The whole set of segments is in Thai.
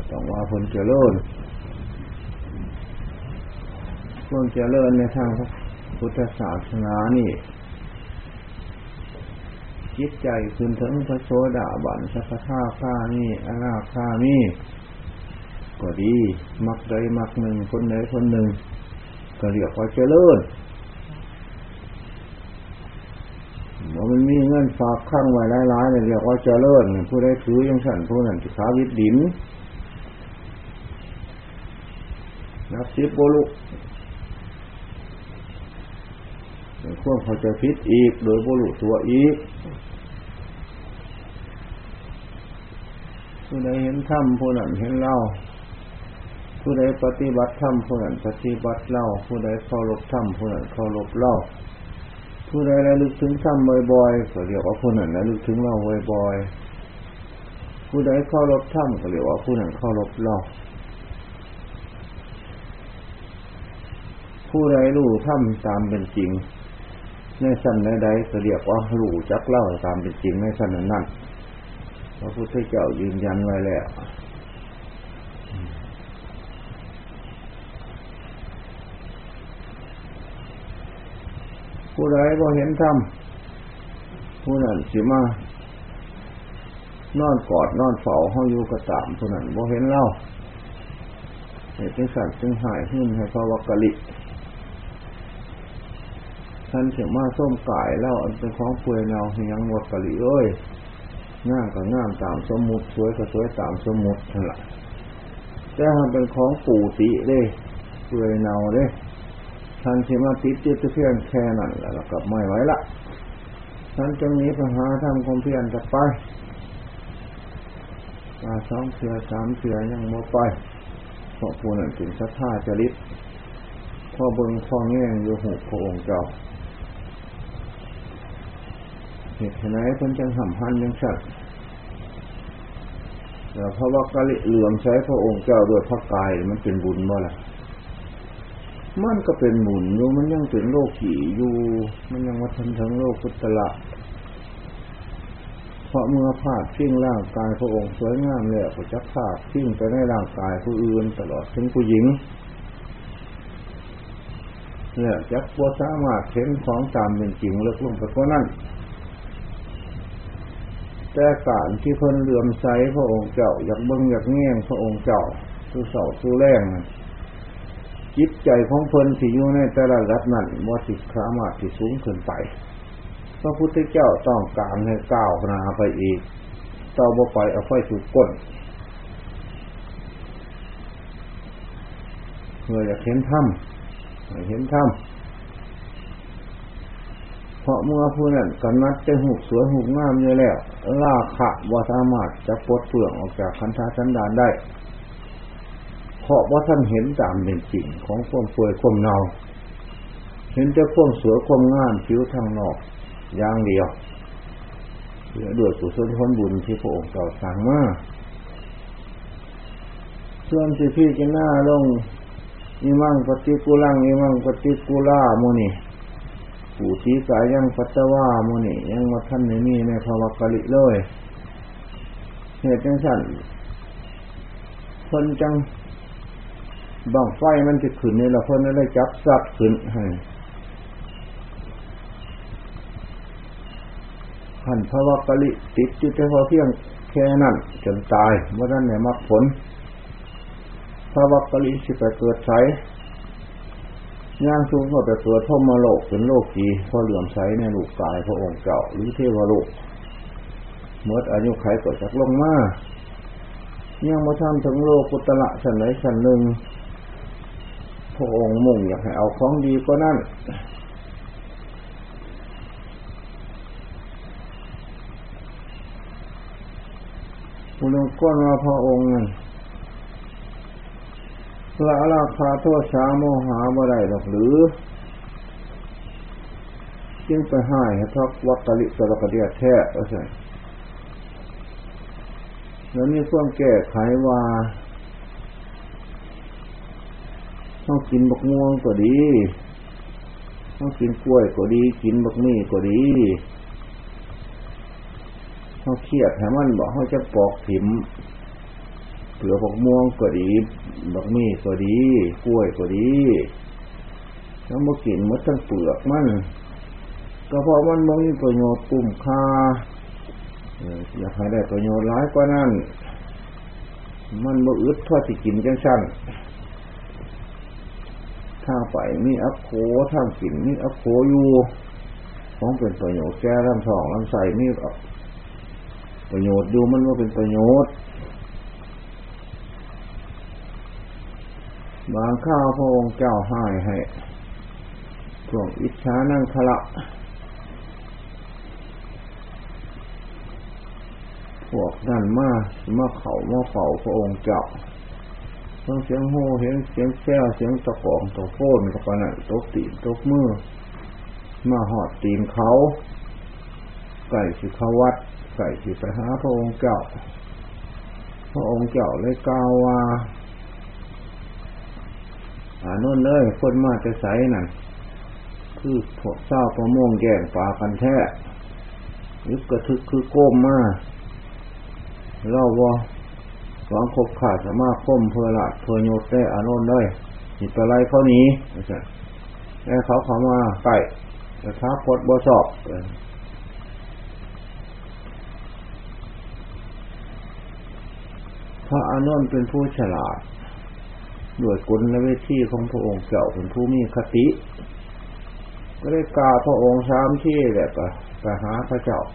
ต้องว่าผลเจริญความเจริญในทางพุทธศาสนานี่จิตใจขึ้นถึงพระโสดาบันสัพพะคามีอนาคามีก็ดีมักใดมักหนึ่งคนใดคนหนึ่งก็เรียกว่าเจริญมันมีเงินฝากข้างไว้หลายๆเนี่ยเรียกว่าเจริญผู้ใดถือยังสั่นผู้นั้นสิขาวิตดินนับ10บ่ลุความเข้าใจผิดอีกโดยบ่รู้ตัวอีกผู้ใดเห็นธรรมผู้นั้นเห็นเราผู้ใดปฏิบัติธรรมผู้นั้นปฏิบัติเราผู้ใดเคารพธรรมผู้นั้นเคารพเราผู้ใดระลึกถึงธรรมบ่อยๆก็เรียกว่าผู้นั้นระลึกถึงเราบ่อยๆผู้ใดเคารพธรรมก็เรียกว่าผู้นั้นเคารพเราผู้ใดรู้ธรรมตามเป็นจริงในชั้นใดๆก็เรียกว่ารู้จักเล่าตามเป็นจริงในชั้นนั้นพระพุทธเจ้ายืนยันไว้แล้วผู้ใดบ่เห็นธรรมผู้นั้นสิมานอนกอดนอนเฝ้าเฮาอยู่ก็ตามผู้นั้นบ่เห็นเราให้จังสั่นจึงหายหิ้นให้พระวักกะลิท่านสิมาส้มกายแล้วอันเป็นของเปื่อยเน่าให้ยังวักกะลิเอ้ยงามก็งามตามสมมุติสวยก็สวยตามสมมุตินั่นล่ะแต่มันเป็นของปูติเด้เปื่อยเน่าเด้ท่านสิมาติดเพียงแค่นั้นแล้วก็ไม่ไหวละท่านจึงนี้ไปหาทำความเพียรจะไปมา2 เทื่อ 3 เทื่อยังบ่ไปเพราะผู้นั้นถึงศรัทธาจริตพ่อเบิ่งพ่อแง่งอยู่หูพระองค์เจ้าเหตุไหนเพิ่นจึงห่ำหันจังซั่นแล้วเพราะว่ากะลิเหลื่อมใช้พระองค์เจ้าด้วยพระกายมันเป็นบุญบ่ล่ะมันก็เป็นบุญอยู่มันยังเป็นโลกีอยู่มันยังมาถึงโลกุตระเพราะเมื่อพาดพิงร่างกายพระองค์สวยงามแล้วก็จะพาดพิงไปในร่างกายผู้อื่นตลอดถึงผู้หญิงเนี่ยจักบ่สามารถเห็นของตามเป็นจริงลึกลงไปกว่านั้นแต่การที่เพิ่นเหลื่อมใสพระองค์เจ้าอยากเบิ่งอยากแง่งพระองค์เจ้าสู้เสาสู้แรงจิตใจของเพิ่นที่อยู่ในแต่ละระดับนั้นบ่สิสามารถที่สูงขึ้นไปพระพุทธเจ้าต้องการให้ก้าวหน้าไปอีกเจ้าบ่ไปเอาไฟจุดก้นเพื่ออยากเห็นธรรมเห็นธรรมเพราะเมื่อผู้นั้นกำนัดจะหูสวยหูงามอยู่แล้วราคะบ่สามารถจะปลดเปลื้องออกจากขันธสันดานได้เพราะว่าท่านเห็นตามเป็นจริงของความเปื่อยความเน่าเห็นแต่ความสวยความงามผิวทางนอกอย่างเดียวเหลือด้วยกุศลผลบุญที่พระองค์เจ้าสร้างมาส่วนที่พี่จะหน้าลงอิมังปฏิกูลังอิมังปฏิกูลาโมนี่ผู้ที่กายยังปัตตวาโมนี่ยังมาท่านในนี้ในภาวะกะลิเลยเหตุจังสั่นคนจังบังไฟมันจะขึ้นนี่ละคนนั้นได้จับสับขึ้นให้หันภาวะกะลิติดอยู่แต่พอเพียงแค่นั้นจนตายเมื่อนั้นเนี่ยมรรคผลภาวะกะลิสิไปเกิดไสย่างสูงก็ไปเกิดพรหมโลกเป็นโลกีพอเหลื่อมใสในรูปกายพระองค์เจ้าหรือเทวโลกเมื่ออายุไขก็จักลงมายังมาทำถึงโลกุตระชั้นไหนชั้นหนึ่งพระองค์มุ่งอยากให้เอาของดีก็นั่นผู้ลงก้นว่าพระองค์นั้นละราคาโทษสาโมหาบ่ได้หรอกหรือจึงไปให้พระวักกะลิกระกะเดียแท้ว่าใช่แล้วมีความแก้ไขว่าต้องกินบักม่วงก็ดีต้องกินกล้วยก็ดีกินบักมี่ก็ดีต้องเครียดให้มันบอกเขาจะปอกถิ่มเปลือกบักม่วงก็ดีบักมี่ก็ดีกล้วยก็ดีแล้วมากินหมดทั้งเปลือกมันก็เพราะมันบ่มีประโยชน์คุ้มค่าอยากให้ได้ประโยชน์หลายกว่านั้นมันบ่อึดพอสิกินจังซั่นถ้าไปมีอักโขทางกินมีอักโขอยู่ของเป็นประโยชน์แก่ลำท้องลำไส้มีประโยชน์อยู่มันว่าเป็นประโยชน์บางข้าวพระองค์เจ้าให้พวกอิจฉานังคละพวกนั่นมาเฝ้าพระองค์เจ้าต้องเสียงโห่เห็นเสียงแซ่เสียงตะกองตะโฟนกับปะนั่นตกตีนตกมือมาหอดตีนเขาไก่สิเขาวัดไก่สิไปหาพระองค์เจ้าเลยกล่าวว่าโน่นเลยคนมาจะใสนั่นคือพวกเศร้าประมงแย่งปลากันแท้ยึกกระทึกคือโก้มมาเล่าว่าหวังคบขาดสามารถค้มเพื่อละเพื่อโยดได้โน่นเลยหิตอะไรเขาหนีไม่ใช่แล้วเขามาไก่แต่ท้าพดบ่สอบพระอานนท์เป็นผู้ฉลาดด้วยกลวิธีของพระองค์เจ้าเป็นผู้มีคติก็ได้กล่าวพระองค์3ที่แหละไปหาพระเจ้า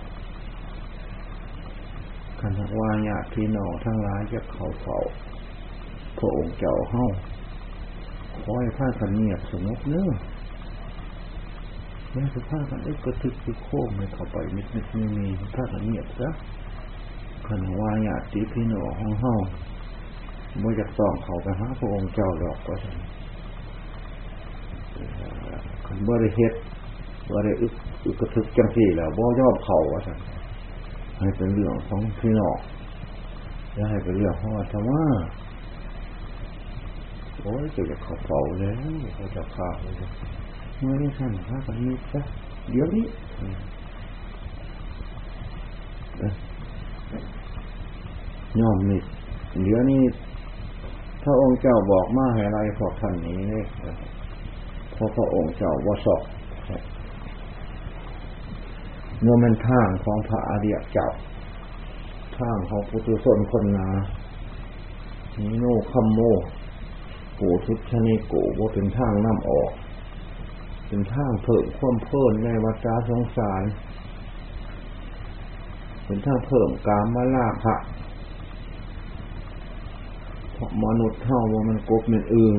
คันว่าญาติพี่น้องทั้งหลายจะเข้าเฝ้าพระองค์เจ้าเฮาขอให้พากันเงียบสงบเนื้อแม้จะพากันกระทึกคือโค้งไม่เข้าไปนิดมีพากันเงียบซะคันว่าญาติพี่น้องของเฮาบ่อยากต้องเข้าไปหาพระองค์เจ้าหรอกว่าซั่นคันบ่ได้เฮ็ดบ่ได้อึกกระทึกจังซี่แล้วบ่ยอมเข้าว่าซั่นให้เป็นเรื่องของพี่น้องอย่าให้เป็นเรื่องของอาตมาโอ้ยจะเข้าเฝ้าแล้วเขาจะฆ่าเลยเมื่อนี้ท่านพากันมีซะเดี๋ยวนี้ยอมนี่เดี๋ยวนี้พระองค์เจ้าบอกมาให้ไรพวกท่านนี้เนี่ยเพราะพระองค์เจ้าว่าสอบโมเมนทางของพระอริยเจ้าทางของปุถุชนคนนานิโนคัมโมโกทุชนิโกว่าเป็นทางน้ำออกเป็นทางเพิ่มความเพิ่มในวัฏสงสารเป็นทางเพิ่มกามราคะเพราะมนุษย์เท่าว่ามันกบมันอึง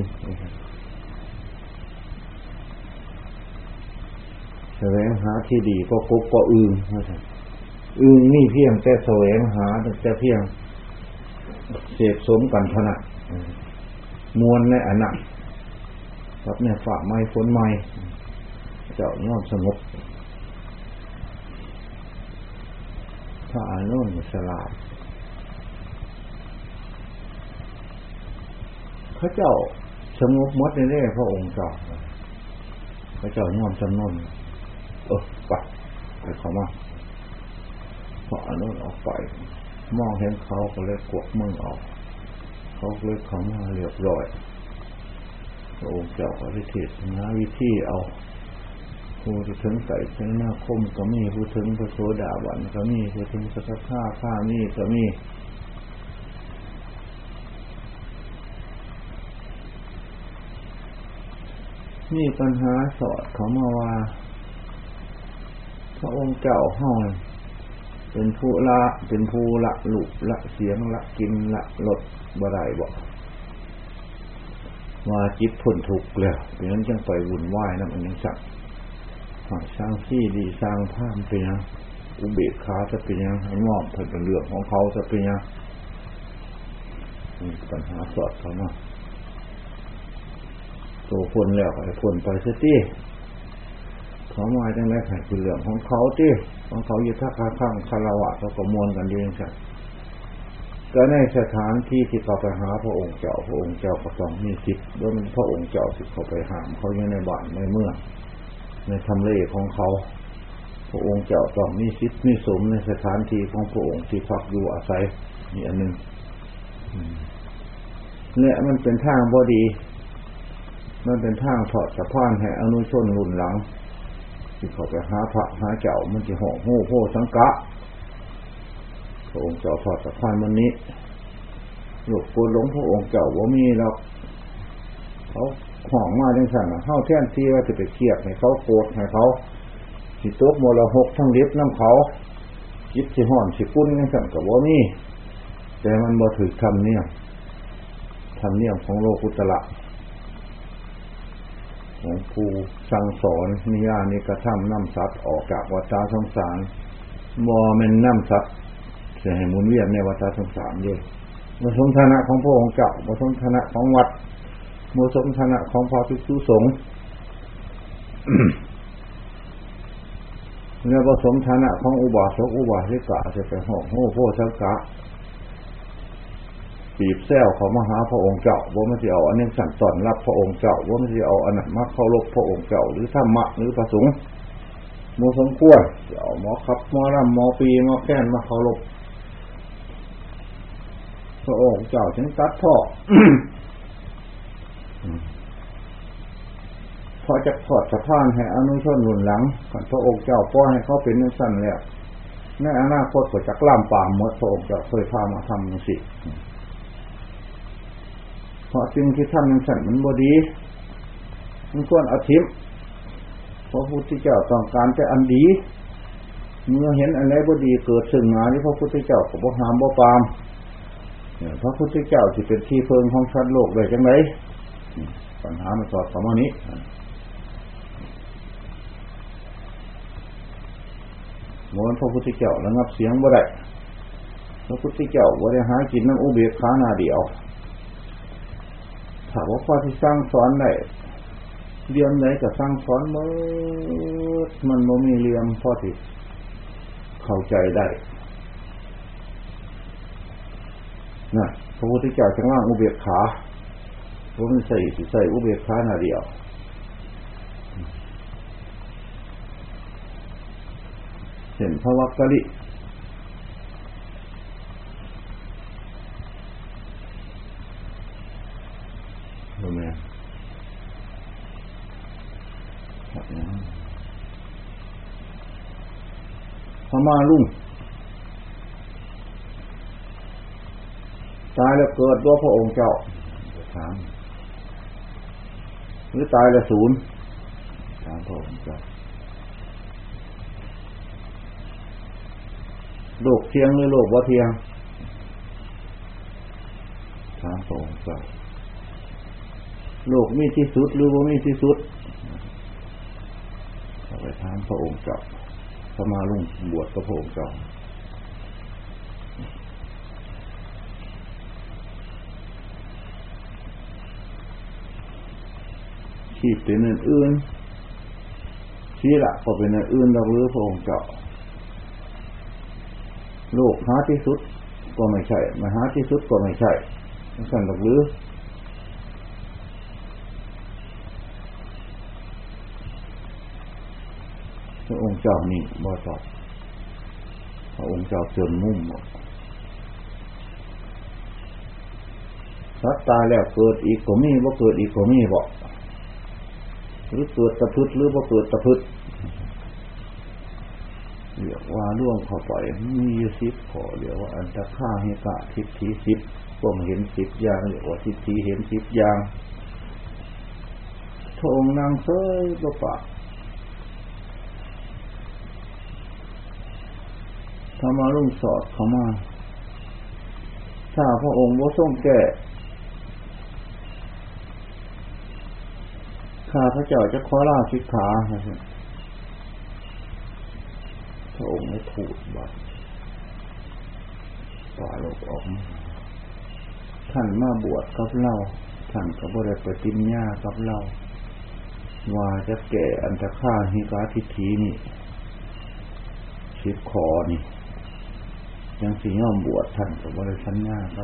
แสวงหาที่ดีก็กบก็อึงนี่เพียงแต่แสวงหาแต่เพียงเสพสมกันเท่านั้นมวลในอนัตครับเนี่ยฝ่าไม้ฝนไม้เจ้ายอมสงบพระอานนท์ฉลาดพระเจ้าสงบหมดแน่ๆพระองค์เจ้าพระเจ้ายอมจำนนไปเขามาพระอานนท์ออกไปมองเห็นเขาก็เลยกวกมือออกเขาเลยเขามาเรียบร้อยพระองค์เจ้าก็ได้เทศนาวิธีเอาผู้ถึงใส่เส้นหน้าคมก็มีผู้ถึงพระโสดาบันก็มีผู้ถึงสัทธาข้ามีก็มีปัญหาสอดเขามาว่าพระองค์เจ้าห้องเป็นผู้ละลุละเสียงละกินละรสบ่ได้บ่ว่าจิตพ้นทุกข์แล้วเพราะนั้นจึงไปวุ่นวายนำอันนี้จักสร้างที่ดีสร้างภาพเป็นยังอุเบกขาจะเป็นยังให้งอบเป็นเรื่องของเขาจะเป็นยังปัญหาสอดเขามาโตพ้นแล้วให้พ้นไปซะติเขามาจังได๋ให้เป็นเรื่องของเขาติของเขาอยู่ท่าข้างคารวะเขาก็มวนกันดีจังก็ในสถานที่ที่เขาไปหาพระองค์เจ้าก็ต้องมีสิทธิ์ด้วยมันพระองค์เจ้าสิเขาไปห้ามเขาอยู่ในบ้านในเมืองในทำเลของเขาพระองค์เจ้าต้องมีสิทธิ์มีสมในสถานที่ของพระองค์ที่พักอยู่อาศัยนี่อันนึงเนี่ยมันเป็นทางบ่ดีมันเป็นทางถอดสะพานให้อนุชนรุ่นหลังที่เขาไปหาพระหาเจ้ามันจะห่อโห่โพสังกะพระองค์เจ้าถอดสะพานมันนี้หลบโกนหลงพระองค์เจ้าว่ามีแล้วเขาห่องมาจังสั่นเข้าแท่นที่ว่าจะไปเครียดให้เขาโกรธให้เขาสิตกโมละหกทั้งลิบน้ำเขายิบสิห่อนสิปุ้นจังสั่นกับว่ามีแต่มันบ่ถือทำเนี่ยของโลกุตระของผู้สั่งสอนนิยานิกระทำน้ำสัตว์ออกจากวัฏสงสารบ่แม่นน้ำสัตว์จะให้หมุนเวียนในวัฏสงสารด้วยบ่สมฐานะของพระองค์เจ้าบ่สมฐานะของวัดบ่สมฐานะของพระภิกษุสงฆ์และบ่สมฐานะของอุบาสกอุบาสิกาจะไปห่อโหโพสังกะปีบแซวเขามาหาพระองค์เจ้าว่ามันจะเอาอันนี้สั่งสอนรับพระองค์เจ้าว่ามันจะเอาอันนั้นมาเคารพพระองค์เจ้าหรือธรรมะหรือพระสงฆ์โมสมควรจะเอาหมอขับหมอรำหมอปีหมอแค้นมาเคารพพระองค์เจ้าจึงตัดพ่อ พอจะถอดสะพานให้อนุชนรุ่นหลังก่อนพระองค์เจ้าป้อนให้เขาเป็นนักสั่นแล้วในอนาคตก็จะกล้ามป่ามเมื่อพระองค์เจ้าเคยพามาทำสิเพราะสิ่งที่ทำนั้นสั่นมันบ่ดีมันควรอธิมพระพุทธเจ้าต้องการแต่อันดีเมื่อเห็นอันไหนบ่ดีเกิดซึ่งมาที่พระพุทธเจ้าก็บ่ห้ามบ่ปรามพระพุทธเจ้าที่เป็นที่เพิงของสัตว์โลกได้จังได๋ปัญหามันสอดเข้ามานี้เหมือนพระพุทธเจ้าระงับเสียงบ่ได้พระพุทธเจ้าบ่ได้หากินน้ำอุเบกขาหน้าเดียวถ้าว่าข้อที่สร้างสอนได้เรียนไหนก็สร้างสอนมันบ่มีเรียนข้อที่เข้าใจได้นะพระพุทธเจ้าจึงว่าอุเบกขาว่ามันใส่อุเบกขาหน้าเดียวเห็นพระวักกะลิรู้ไหมพม่าลุ่งตายแล้วเกิดว่าพระองค์เจ้าถามหรือตายแล้วศูนย์ถามพระองค์เจ้าโลกเที่ยงหรือโลกว่าเที่ยงถามพระองค์เจ้าโลกมีที่สุดหรือว่ามีที่สุดเอาไปถามพระองค์เจ้าพระมาลุ่งบวชกับพระองค์เจ้าที่เป็นอื่นๆที่ละก็เป็นอื่นเราหรือพระองค์เจ้าโลกหาที่สุดก็ไม่ใช่มหาที่สุดก็ไม่ใช่สั่นหรือพระองค์เจ้านี่บ่ตอบพระองค์เจ้าจนมุ่งหมดสัตว์ตายแล้วเกิดอีกก็มีบ่เกิดอีกก็มีบ่หรือเกิดตะพึดหรือบ่เกิดตะพึดเรียกว่าล่วงเข้าไปมี10ข้อเรียกว่าอันตะฆ่าหิกะทิฏฐิ10ความเห็น10อย่างเรียกว่าทิฏฐิเห็น10อย่างพระองค์นั่งเฉยบ่ปากถ้ามาลุ่งสอดเข้ามาถ้าพระองค์บ่ทรงแก้ข้าพระเจ้าจะขอลาสิกขาพระองค์ไม่พูดบ่ป่าโลกออกมาท่านมาบวชกับเราท่านก็บ่ได้ปฏิญญากับเราว่าจะแก่อันตะฆ่าหิกาทิฏฐินี่10ข้อนี่ยังสิยอมบวชท่านก็บ่ได้สัญญากับ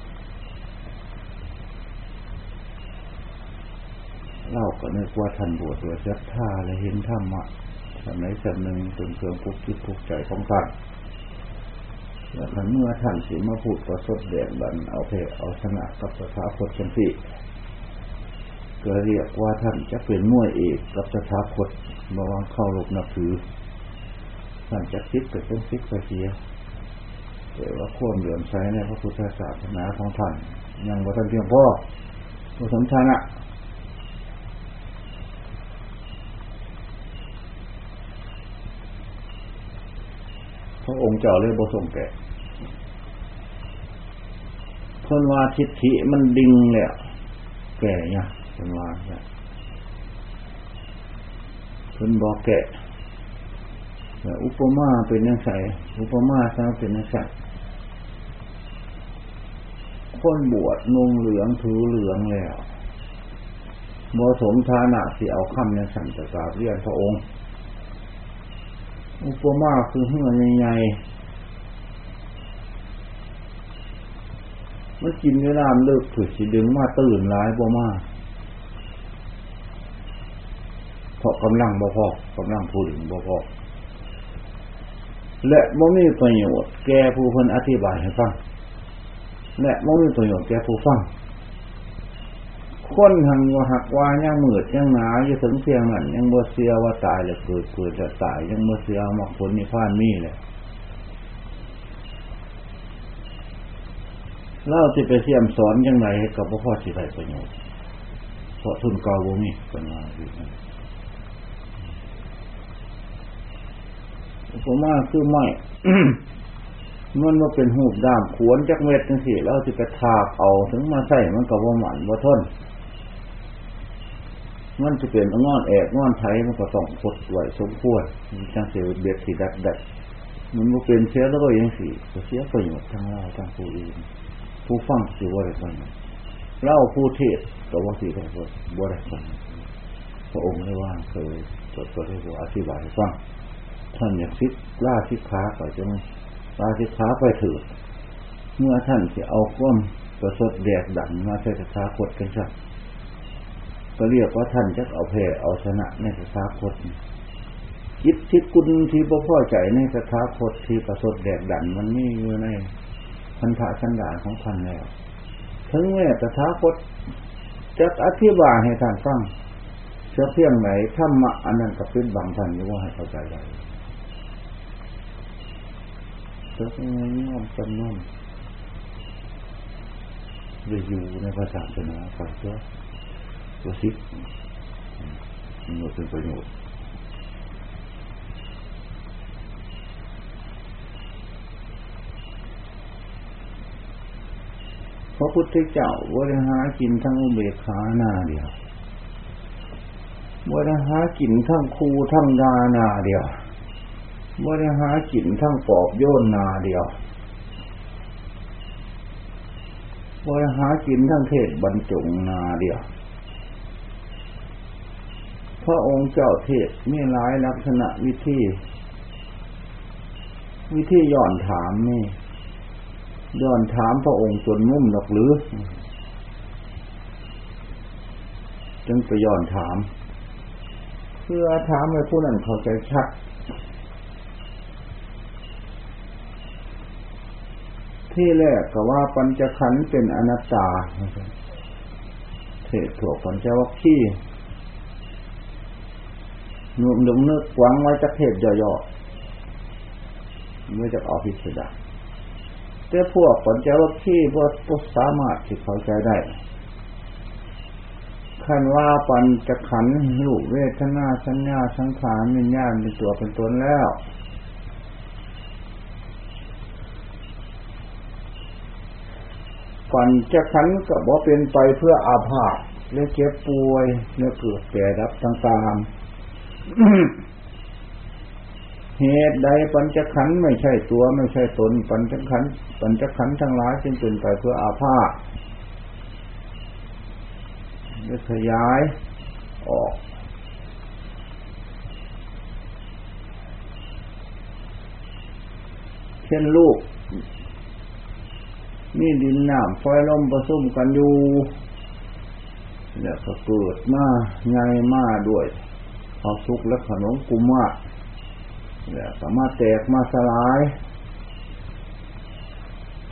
เราก็นึกว่าท่านบวชโดยศรัทธาและเห็นธรรมะสันไหนสันหนึ่งเป็นเครื่องผูกจิตผูกใจของท่านแล้วเมื่อท่านสิมาพูดประสบแดดบันเอาเพศเอาชนะกับสถาคตจังสิก็เรียกว่าท่านจะเป็นมวยเอกกับสถาคตมาวางเข้ารบนับถือท่านจะคิดเป็นต้องคิดไปเสียแต่ว่าควบเหลื่อมใสในพระพุทธศาสนาของท่านยังบ่ทันเพียงพอบ่สำคัญอ่ะพระองค์เจ้าเลยบ่ทรงแก่เพิ่นว่าทิฏฐิมันดิ่งแล้วแก่เนี่ยเพิ่นว่าเพิ่นบ่แก่อุปมาเป็นจังไสอุปมาซะเป็นจังไสคนบวชนุ่งเหลืองถือเหลืองแล้วบ่สมฐานะสิเอาคำจังซั่นจะกราบเรียนพระองค์อุปมาคือเหือใหญ่ๆมันกินเวลาเลิกถือสิดึงมาตื่นหลายบ่มาเพราะกำลังบ่พอกำลังผู้หญิงบ่พอและบ่มีประโยชน์แก่ผู้เพิ่นอธิบายให้ฟังและบ่มีประโยชน์แก่ผู้ฟังคนหันว่าหักว่ายังมืดยังหนาอยู่ถึงเพียงนั้นยังบ่เสียว่าตายแล้วเกิดแล้วตายยังบ่เสียมรรคผลนิพพานมีแหละเราสิไปเสี่ยมสอนจังได๋ก็บ่พอสิได้ประโยชน์เพราะทุนเก่าบ่มีเพิ่นว่าอยู่ผมว่าคือไม้ มันว่าเป็นหูบด้ามขวนจักเม็ดจังซี่แล้วสิไปทาบเอาถึงมาใช้มันก็บ่หมันบ่ทนมันจะเป็นงอนแอกงอนไถมันก็ต้องพดไว้สมควรจังสิเบ็ดสิดัดได้มันบ่เป็นเสียแล้วก็ยังสิเสียประโยชน์ทั้งเราทั้งผู้อื่นผู้ฟังสิบ่ได้ฟังเล่าผู้เทศก็บ่สิได้บ่ได้ฟังพระองค์ได้ว่าเคยตัวได้อธิบายให้ฟังท่านอยากสิล่าสิขาก็จะไม่ล่าสิขาไปเถิดเมื่อท่านสิเอาความประสดแดกดันมาใส่สถาคตกันซะก็เรียกว่าท่านจะเอาแพ้เอาชนะในสถาคตคิดที่กุลที่บ่พอใจในสถาคตที่ประสดแดกดันมันมีอยู่ในพันธะสันดานของท่านแล้วถึงแม้สถาคตจะอธิบายให้ท่านฟังเชื่อเพียงไหนธรรมะอันนั้นก็เป็นบางท่านอยู่ว่าให้เข้าใจได้เชื่อยังไงน้อมจำน้อมจะอยู่ในภาษาศาสนาไปเชื่อตัวซิกมันเป็นประโยชน์พระพุทธเจ้าบริหารกินทั้งอุเบกขาหน้าเดียวบริหารกินทั้งคูทั้งดาหน้าเดียวบริหารกินทั้งปอบโยนหน้าเดียวบริหารกินทั้งเทศบรรจงหน้าเดียวพระองค์เจ้าเทศมีหลายลักษณะวิธีย้อนถามนี่ย้อนถามพระองค์จนมุ่มดอกหรือจึงไปย้อนถามเพื่อถามให้ผู้นั้นเข้าใจชัดที่แรกก็ว่าปัญจขันธ์เป็นอนัตตาเทศถั่วปัญจวัคคีย์นุ่มนึกหวังไว้จะเทศย่อๆไม่จะออกพิสดารแต่พวกปัญจวัคคีย์พวกสามารถที่เข้าใจได้ขั้นว่าปัญจขันธ์รูปเวทนาสัญญาสังขารวิญญาณเป็นตัวเป็นตนแล้วปัญจขันธ์ก็บ่เป็นไปเพื่ออาพาธและเจ็บป่วยและเกิดแก่ดับต่างๆเหตุใดปัญจขันธ์ไม่ใช่ตัวไม่ใช่ตนปัญจขันธ์ทั้งหลายจึงเป็นไปเพื่ออาพาธและขยายออกเช่นลูกมีดินน้ำไฟลมผสมกันอยู่แล้วก็เกิดมาใหญ่มาด้วยความสุขและขนมกุมะแล้วก็มาแตกมาสลาย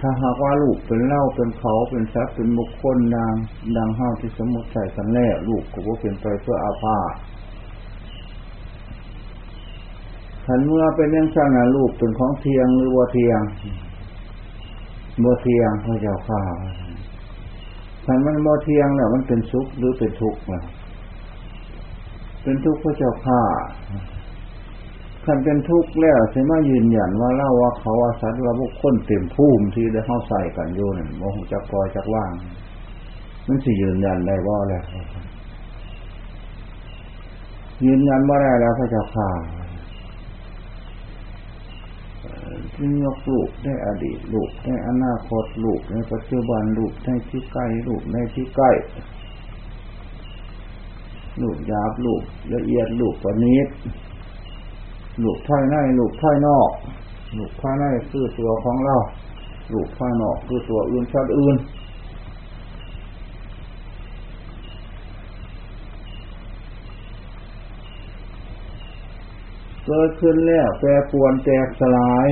ถ้าหากว่าลูกเป็นเล่าเป็นเขาเป็นทรัพย์เป็นบุคคลดังห้าที่สมมติใส่กันแน่ลูกก็บ่เป็นไปเพื่ออาภาษขันเมื่อเป็นอย่างนั้นนะลูกเป็นของเทียงหรือว่าเทียงบ่เทียงพระเจ้าข้าขันมันบ่เทียงเนี่ยมันเป็นสุขหรือเป็นทุกข์นะเป็นทุกข์พระเจ้าข้าขันเป็นทุกข์แล้วใช่ไหมยืนยันว่าเล่าว่าเขาว่าสัตว์ว่าบุคคลเต็มภูมิที่ได้เข้าใส่กันอยู่นั่นโมหจักปล่อยจักว่างมันสิยืนยันได้บ่แล้วยืนยันบ่ได้แล้วพระเจ้าข้าที่ยกลูกได้อดีตลูกได้อนาคตลูกในปัจจุบันลูกในที่ใกล้ลูกในที่ใกล้ลูกหยาบลูกละเอียดลูกประณีตลูกภายในลูกภายนอกลูกภายในคือตัวของเราลูกภายนอกคือตัวอื่นชาติอื่นเกิดขึ้นแล้วแปรปรวนแตกสลาย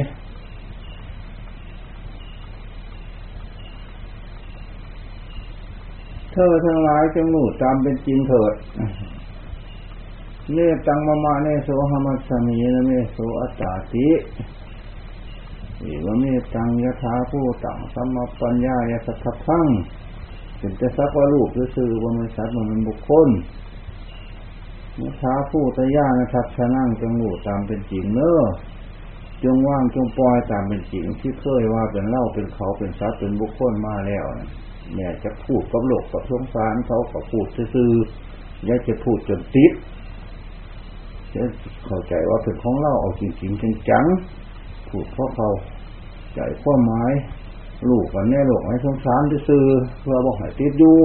เธอทั้งหลายจงรู้ตามเป็นจริงเถิดเนตังมะมะเนโสหมัสสมีนะเมโสอัตตาติอิวะเมตังยะถาภูตังสัมมปัญญายะสัทธพังเป็นแต่สักว่ารูปซื่อๆว่าไม่สัตว์มันบุคคลยะถาภูตญาณทัศชนั่งจงรู้ตามเป็นจริงเนอะจงว่างจงปล่อยตามเป็นจริงที่เคยว่าเป็นเล่าเป็นเขาเป็นสัตว์เป็นบุคคลมาแล้วเนี่ยจะพูดกับโลกกับสงสารเขาก็พูดซื่อๆอย่าจะพูดจนติดจะเข้าใจว่าเป็นของเราเอาจริงๆจังๆพูดเพราะเขาใจความหมายลูกกันแน่โลกให้สงสารซื่อๆเพื่อบอกให้ติดอยู่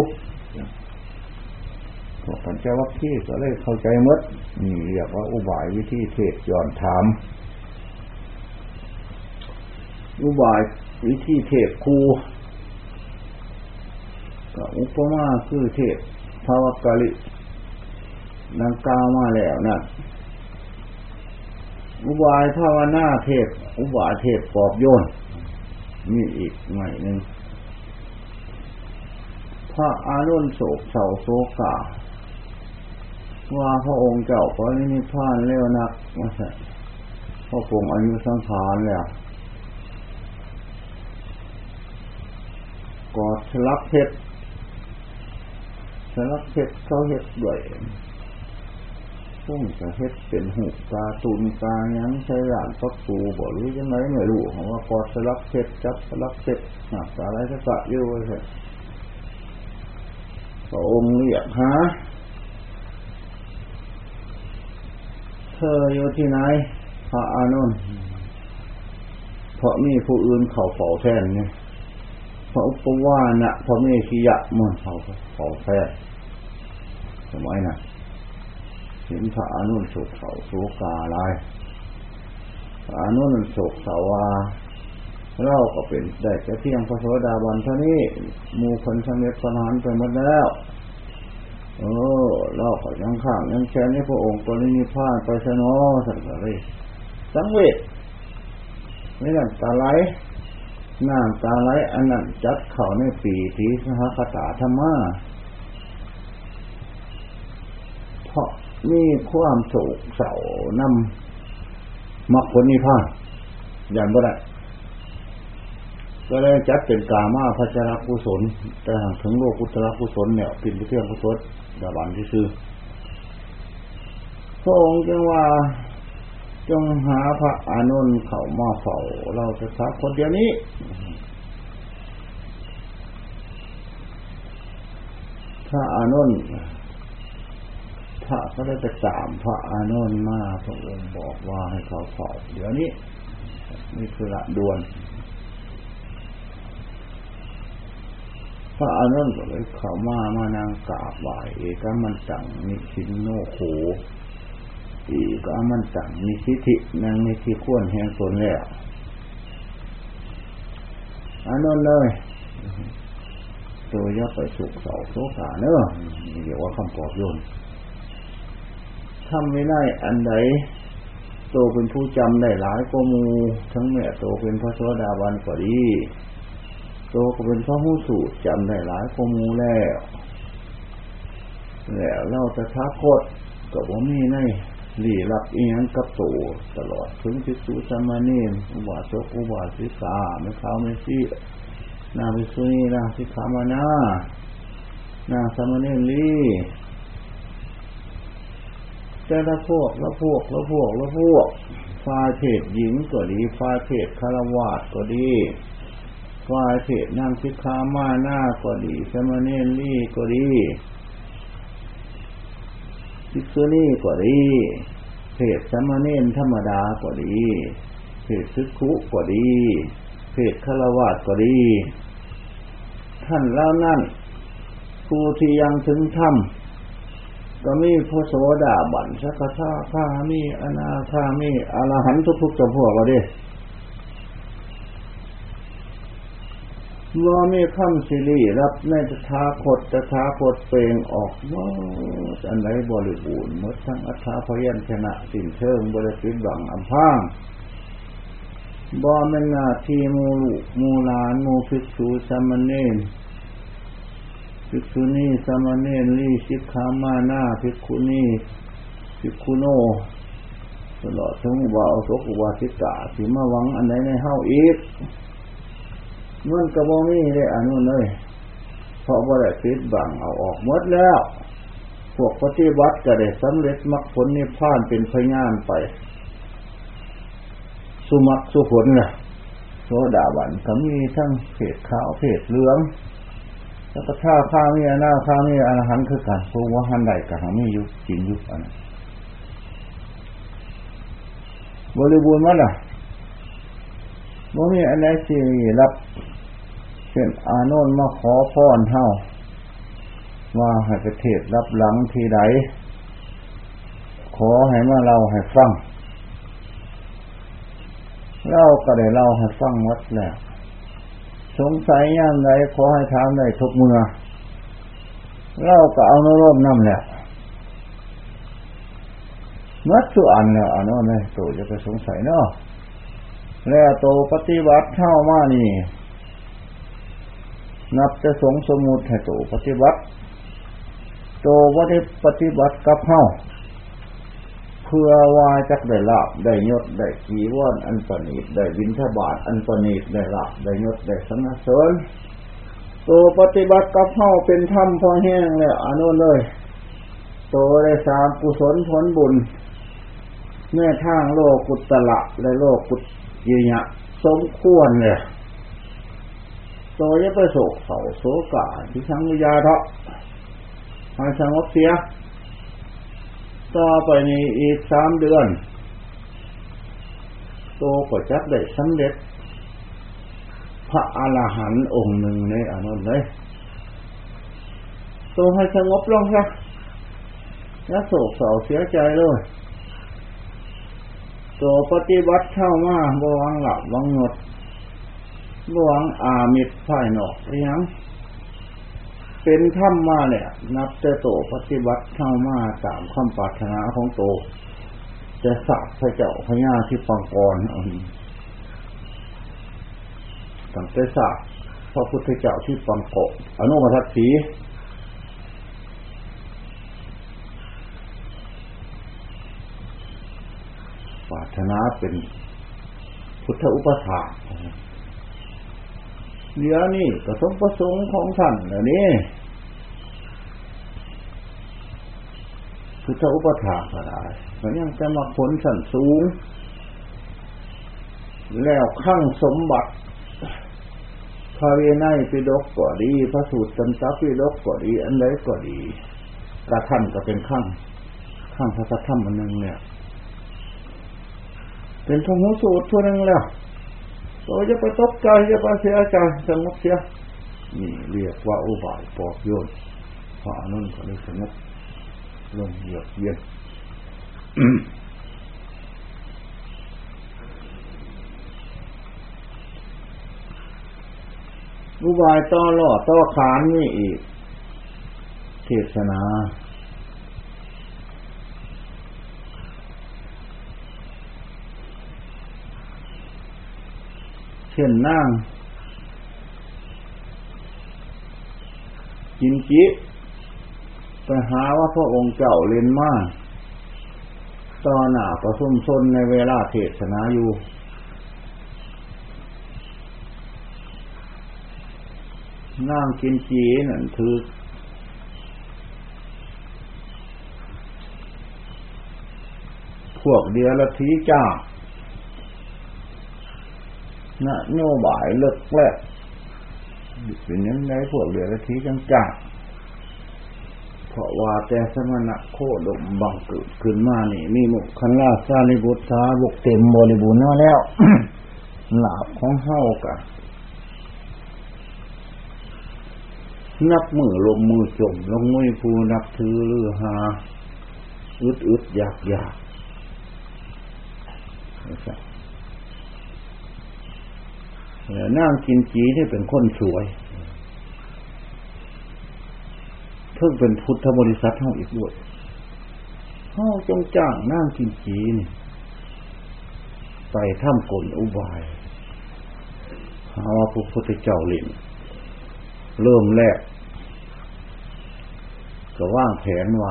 พวกปัญจวัคคีย์ก็เลยเข้าใจหมดนี่เรียกว่าอุบายวิธีเทศย้อนถามอุบายวิธีเทศครูก็อุปมาคือเทศภาวกาลินังกล่าวมาแล้วนะอุบายภาวนาเทศอุบายเทศปอบโยนมีอีกหน่อยนึงพระอานนท์โศกเศร้าโศกาว่าพระองค์เจ้าปรินิพพานแล้วนักว่าใช่พระองค์อายุสังขารแล้วกอดสลักเพชรสลักเพชรเขาเฮ็ดด้วยพุ่งจะเฮ็ดเป็นหูกาตุนกายังใช้หลานปักตูบ่หรือยังไงไม่รู้ของว่ากอดสลักเพชรจับสลักเพชรหนักอะไรก็กะอยู่ใช่พระองค์เรียกหาเธออยู่ที่ไหนพระอานนท์เพราะมีผู้อื่นเขาเฝ้าแทนเนี่ยพระอุปวานะพระเมขิยะมันเขาเฝ้าแทนสมัยน่ะเห็นพระอานนท์โศกเศร้าโศกาลายพระอานนท์โศกเศร้าว่าเราก็เป็นได้แต่เพียงพระโสดาบันเท่านี้หมู่คนสำเร็จพระอรหันต์ไปหมดแล้วเราก็ยังข้างยังแค้นให้พระองค์ปรินิพพานไปซะเนาะสักเลยสังเวชไม่นั่นตาไหลน้ำตาไหลอันนั้นจัดเข้าในปีที่สหคตาธรรมะเพราะมีความโศกเศร้านำมรรคผลนิพพานอย่างบ่ได้ก็เลยจัดเป็นกามาพัชรกุศลแต่ถึงโลกุตระกุศลเนี่ยเป็นเรื่องกุศลดาบันที่ซื่อพระองค์จึงว่าจงหาพระอานนท์เข้ามาเฝ้าเราจะทักคนเดียวนี้พระอานนท์พระก็ได้ไปตามพระอานนท์มาพระองค์บอกว่าให้เขาเฝ้าเดี๋ยวนี้นี่คือละด่วนพระอานนท์ก็เลยเข้ามานางกราบไหว้เอกมันตังนิสินโนโขอีกมันตังนิสิธินางนิสิควรแห่งตนแล้วอานนท์เลยตัวยักษ์ไปสุกเสาโซกาเนอะนี่เรียกว่าคำปลอบโยนทำไม่ได้อันใดโตเป็นผู้จำได้หลายกว่ามูทั้งแม่โตเป็นพระโสดาบันก็ดีโตก็เป็นพระหูสูตรจำได้หลายข้อมูลแล้วเราจะท้าโคตรกับว่ามีในหลีรับเอียงกับโตตลอดถึงภิกษุสามเณรอุบาสกอุบาสิกาไม่ขาวไม่ซีนาภิกษุณีนาสิกขามานาสามเณรลีแต่ละพวกฝ่ายเพศหญิงก็ดีฝ่ายเพศฆราวาสก็ดีฝ่ายเพศนางสิกขามานาก็ดีสามเณรลีก็ดีภิกษุณีก็ดีเพศสามเณรธรรมดาก็ดีเพศภิกขุก็ดีเพศฆราวาสก็ดีท่านเหล่านั้นผู้ที่ยังถึงธรรมก็มีพระโสดาบันสักทาคามีอนาคามีอรหันต์ทุกๆจำพวกเราดิว่ามีคำสิริรับในตถาคตเปล่งออกว่าอันไหนบริบูรณ์หมดทั้งอัฏฐพยัญชนะสิ้นเชิงบริสุทธิ์บังอำพรางบ่แม่นหน้าที่หมู่ลูกหมู่หลานหมู่ภิกษุสามเณรภิกษุณีสามเณรลีสิกขามานาภิกขุณีภิกขุโนตลอดทั้งอุบาสกอุบาสิกาสิมาหวังอันไหนในเฮาอีกมันก็บ่มีได้อันนั้นเลยเพราะบ่ได้ปิดบังเอาออกหมดแล้วพวกปฏิบัติก็ได้สำเร็จมรรคผลนิพพานเป็นพยานไปสุมรรคสุผลน่ะโสดาบันก็มีทั้งเพศขาวเพศเหลืองแล้วก็ถ้าข้ามีอนาคามีอรหันต์คือกันผู้ว่าหันใดก็มีอยู่จริงอยู่อันนั้นบริบูรณ์มั้ยล่ะบ่มีอันใดสิรับเช่นอาโนนมาขอพรเฮาว่าให้ประเทศรับหลังที่ใดขอให้มาเล่าให้ฟังเล่าก็ได้เล่าให้ฟังหมดแล้วสงสัยอย่างไรขอให้ถามได้ทุกเมื่อเล่าก็เอาโน้มนำแหละมัดสุอันเนี่ยอันนั้นเลยโตจะไปสงสัยเนาะแล้วโตปฏิบัติเข้ามานี่นับจะสงสมุติให้โตปฏิบัติโตว่าได้ปฏิบัติกับเฮาเพื่อว่าจักได้ลาภได้ยศได้กีวรอันประณีตได้บิณฑบาตอันประณีตได้ลาภได้ยศได้สรรเสริญโตปฏิบัติกับเฮาเป็นธรรมพอแห้งแล้วอันนั้นเลยโตได้สร้างกุศลผลบุญแม้ทางโลกุตระและโลกุตยะสมควรเลยโตจะไปโศกเศร้าโศกาที่ทั้งวิญญาณเถาะให้สงบเสียต่อไปนี้อีก3 เดือนโตก็จักได้สำเร็จพระอรหันต์องค์หนึ่งในอนุนเลยโตให้สงบลงซะแล้วโศกเศร้าเสียใจเลยโตปฏิบัติเข้ามาบ่หวังหลับหวังงดบ่หวังอามิตรภายนอกเรียงเป็นธรรมมาเนี่ยนับแต่โตปฏิบัติเข้ามาตามคำปรารถนาของโตจะสักพระเจ้าพญาที่ปังกรตั้งแต่สักพระพุทธเจ้าที่ปังโกอนุมัติสีปรารถนาเป็นพุทธอุปถากเดี๋ยวนี้ก็สมประสงค์ของท่านเดี๋ยวนี้พุทธอุปถากอะไรมันยังจะมาผลชั้นสูงแล้วขั้งสมบัติพระวินัยปิฎกก็ดีพระสูตรตันตปิฎกก็ดีอันใดก็ดีกระท่านก็เป็นขั้งพระธรรมอันนึงเนี่ยเป็นธรรมสูตรตัวนึงแล้วโอ้จะไปตกใจจะไปเสียใจสงบเสียนี่เรียกว่าอุบายปลอบโยนพระอนุนก็เลยสงบลงเยือกเย็นอุบายต่อหล่อต่อขานนี่อีกเทศนาเช่นนั่งกินจิไปหาว่าพระองค์เจ้าเล่นมาตอนหน้าประชุมชนในเวลาเทศนาอยู่นั่งกินจีนั่นถือพวกเดียรถีจ้านะโยบายเลิกแรกเป็นยังไงพวกเดียรถีจังจ้าเพราะว่าแต่สมณะโคดมบังเกิดขึ้นมานี่มีมุขราชาลิบุตรสาวกเต็มบริบูรณ์แล้ว หลาบของเฮากะนับมือลงมือจมลงมือผู้นับถือหรือหาอึดอยากนั่งกินจีนี่เป็นคนสวยเพิ่งเป็นพุทธบริษัทเฮาอีกด้วยเฮาจงจ้างนั่งกินจีนี่ไปถ้ำกลอุบายหาว่าพระพุทธเจ้าเล่นเริ่มแรกก็วางแผนว่า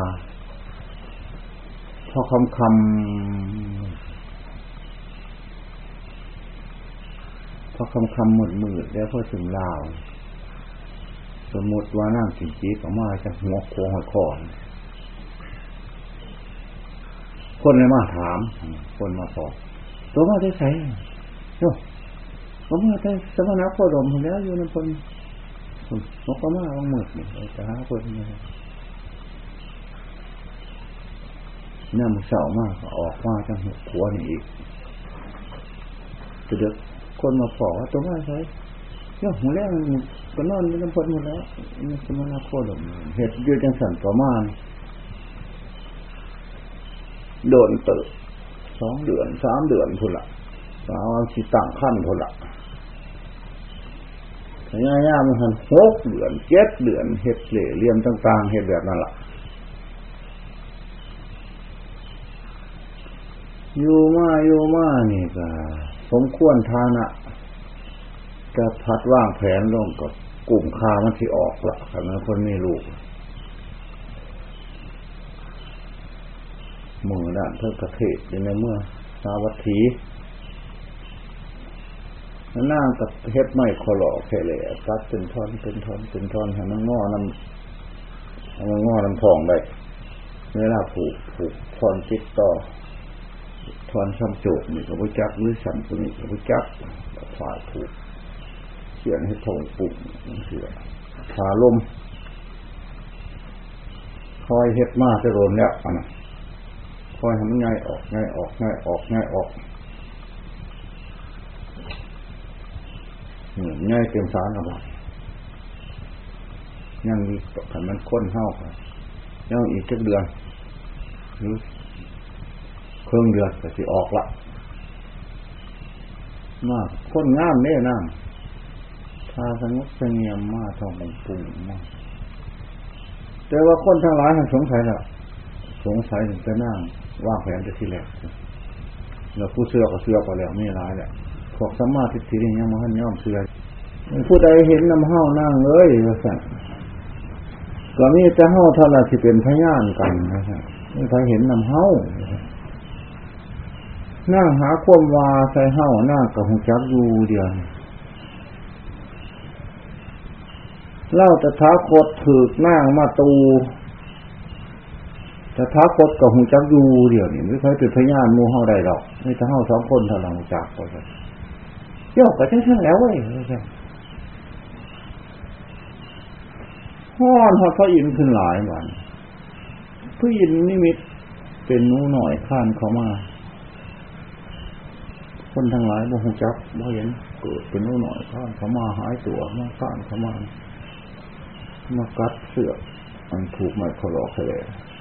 พอคำมืดแล้วพอถึงลาวสมมติว่านั่งกินจีออกมาจากหัวโค้งหัวคอนคนเลยมาถามคนมาบอกตัวมาได้ใส่โย่ก็มาได้สมณะโคดมแล้วอยู่ในคนนกก็มาบางมืดนี่จะหาคนนี่เนี่ยมันเศร้ามากออกมาจากหัวขวนี่อีกจะเด็กคนมาบอกว่าตัวมาใช่เรื่องหัวแรกก็นอนอยู่ในพ้นหมดแล้วนี่สมณะโคดมเหตุยืดจังสันประมาณโดนเติบ2 เดือน3 เดือนพุ่นละสาวสิต่างขั้นพุ่นละง่ายๆมันหัน6 เดือน7 เดือนเฮ็ดเหล่เรียมต่างๆเฮ็ดแบบนั้นล่ะอยู่มานี่ก็สมควรฐานะจะพัดวางแผนลงกับกลุ่มค้ามันสิออกละคันนั้นคนมีลูกมือด้านเพื่อประเทศอยู่ในเมื่อสาวัตถีนั่งกับเฮ็ดไม้ขอหล่อแค่เลยตัดเป็นท่อนให้มันงอนำทองได้เวลาผูกท่อนติดต่อท่อนซ้ำโจกนี่ก็บ่จักหรือซ้ำตัวนี้ก็บ่จักฝ่ายผูกเขียนให้ทองปุ่มเสือขาลมคอยเฮ็ดมาจะโดนแล้วอันนั้นคอยให้มันง่ายออกง่ายเต็มสารแล้วยังมีขันมันค้นเท่ากันยังอีกสักเดือนหรือครึ่งเดือนก็สิออกละมากค้นงามเนี่ยนั่งทาสงบเสงี่ยมมากทองปุ่งมากแต่ว่าคนทั้งหลายสงสัยถึงจะนั่งวางแผนจะที่แรกแล้วผู้เชื่อก็เชื่อไปแล้วไม่ร้ายแหละพวกสัมมาทิฏฐินี่ยังมันย่อมเชื่อผู้ใดเห็นน้ำเฮานั่งเลยว่าสั่นก็มีแต่เฮาเท่านั้นที่เป็นพยานกันนะฮะไม่ใครเห็นน้ำเฮานั่งหาความวาใส่เฮานั่งกับหูจักอยู่เดียวเล่าแต่ท้าคดถือนั่งมาตูแต่ท้าคดกับหูจักอยู่เดียวนี่ไม่ใครเป็นพยานมูเฮาได้หรอกไม่แต่เฮา2 คนเท่านั้นหูจักก็ได้ยกไปทั้งแล้วเว้ยห้อนพระอินทร์ขึ้นหลายวันพระอินทร์นิมิตเป็นหนูหน่อยข้านเข้ามาคนทั้งหลายบ่ฮู้จักบ่เห็นเกิดเป็นหนูหน่อยข้านเข้ามาหายตัวมาข้านเข้ามากัดเสือกมันถูกไม้ขลอกเลย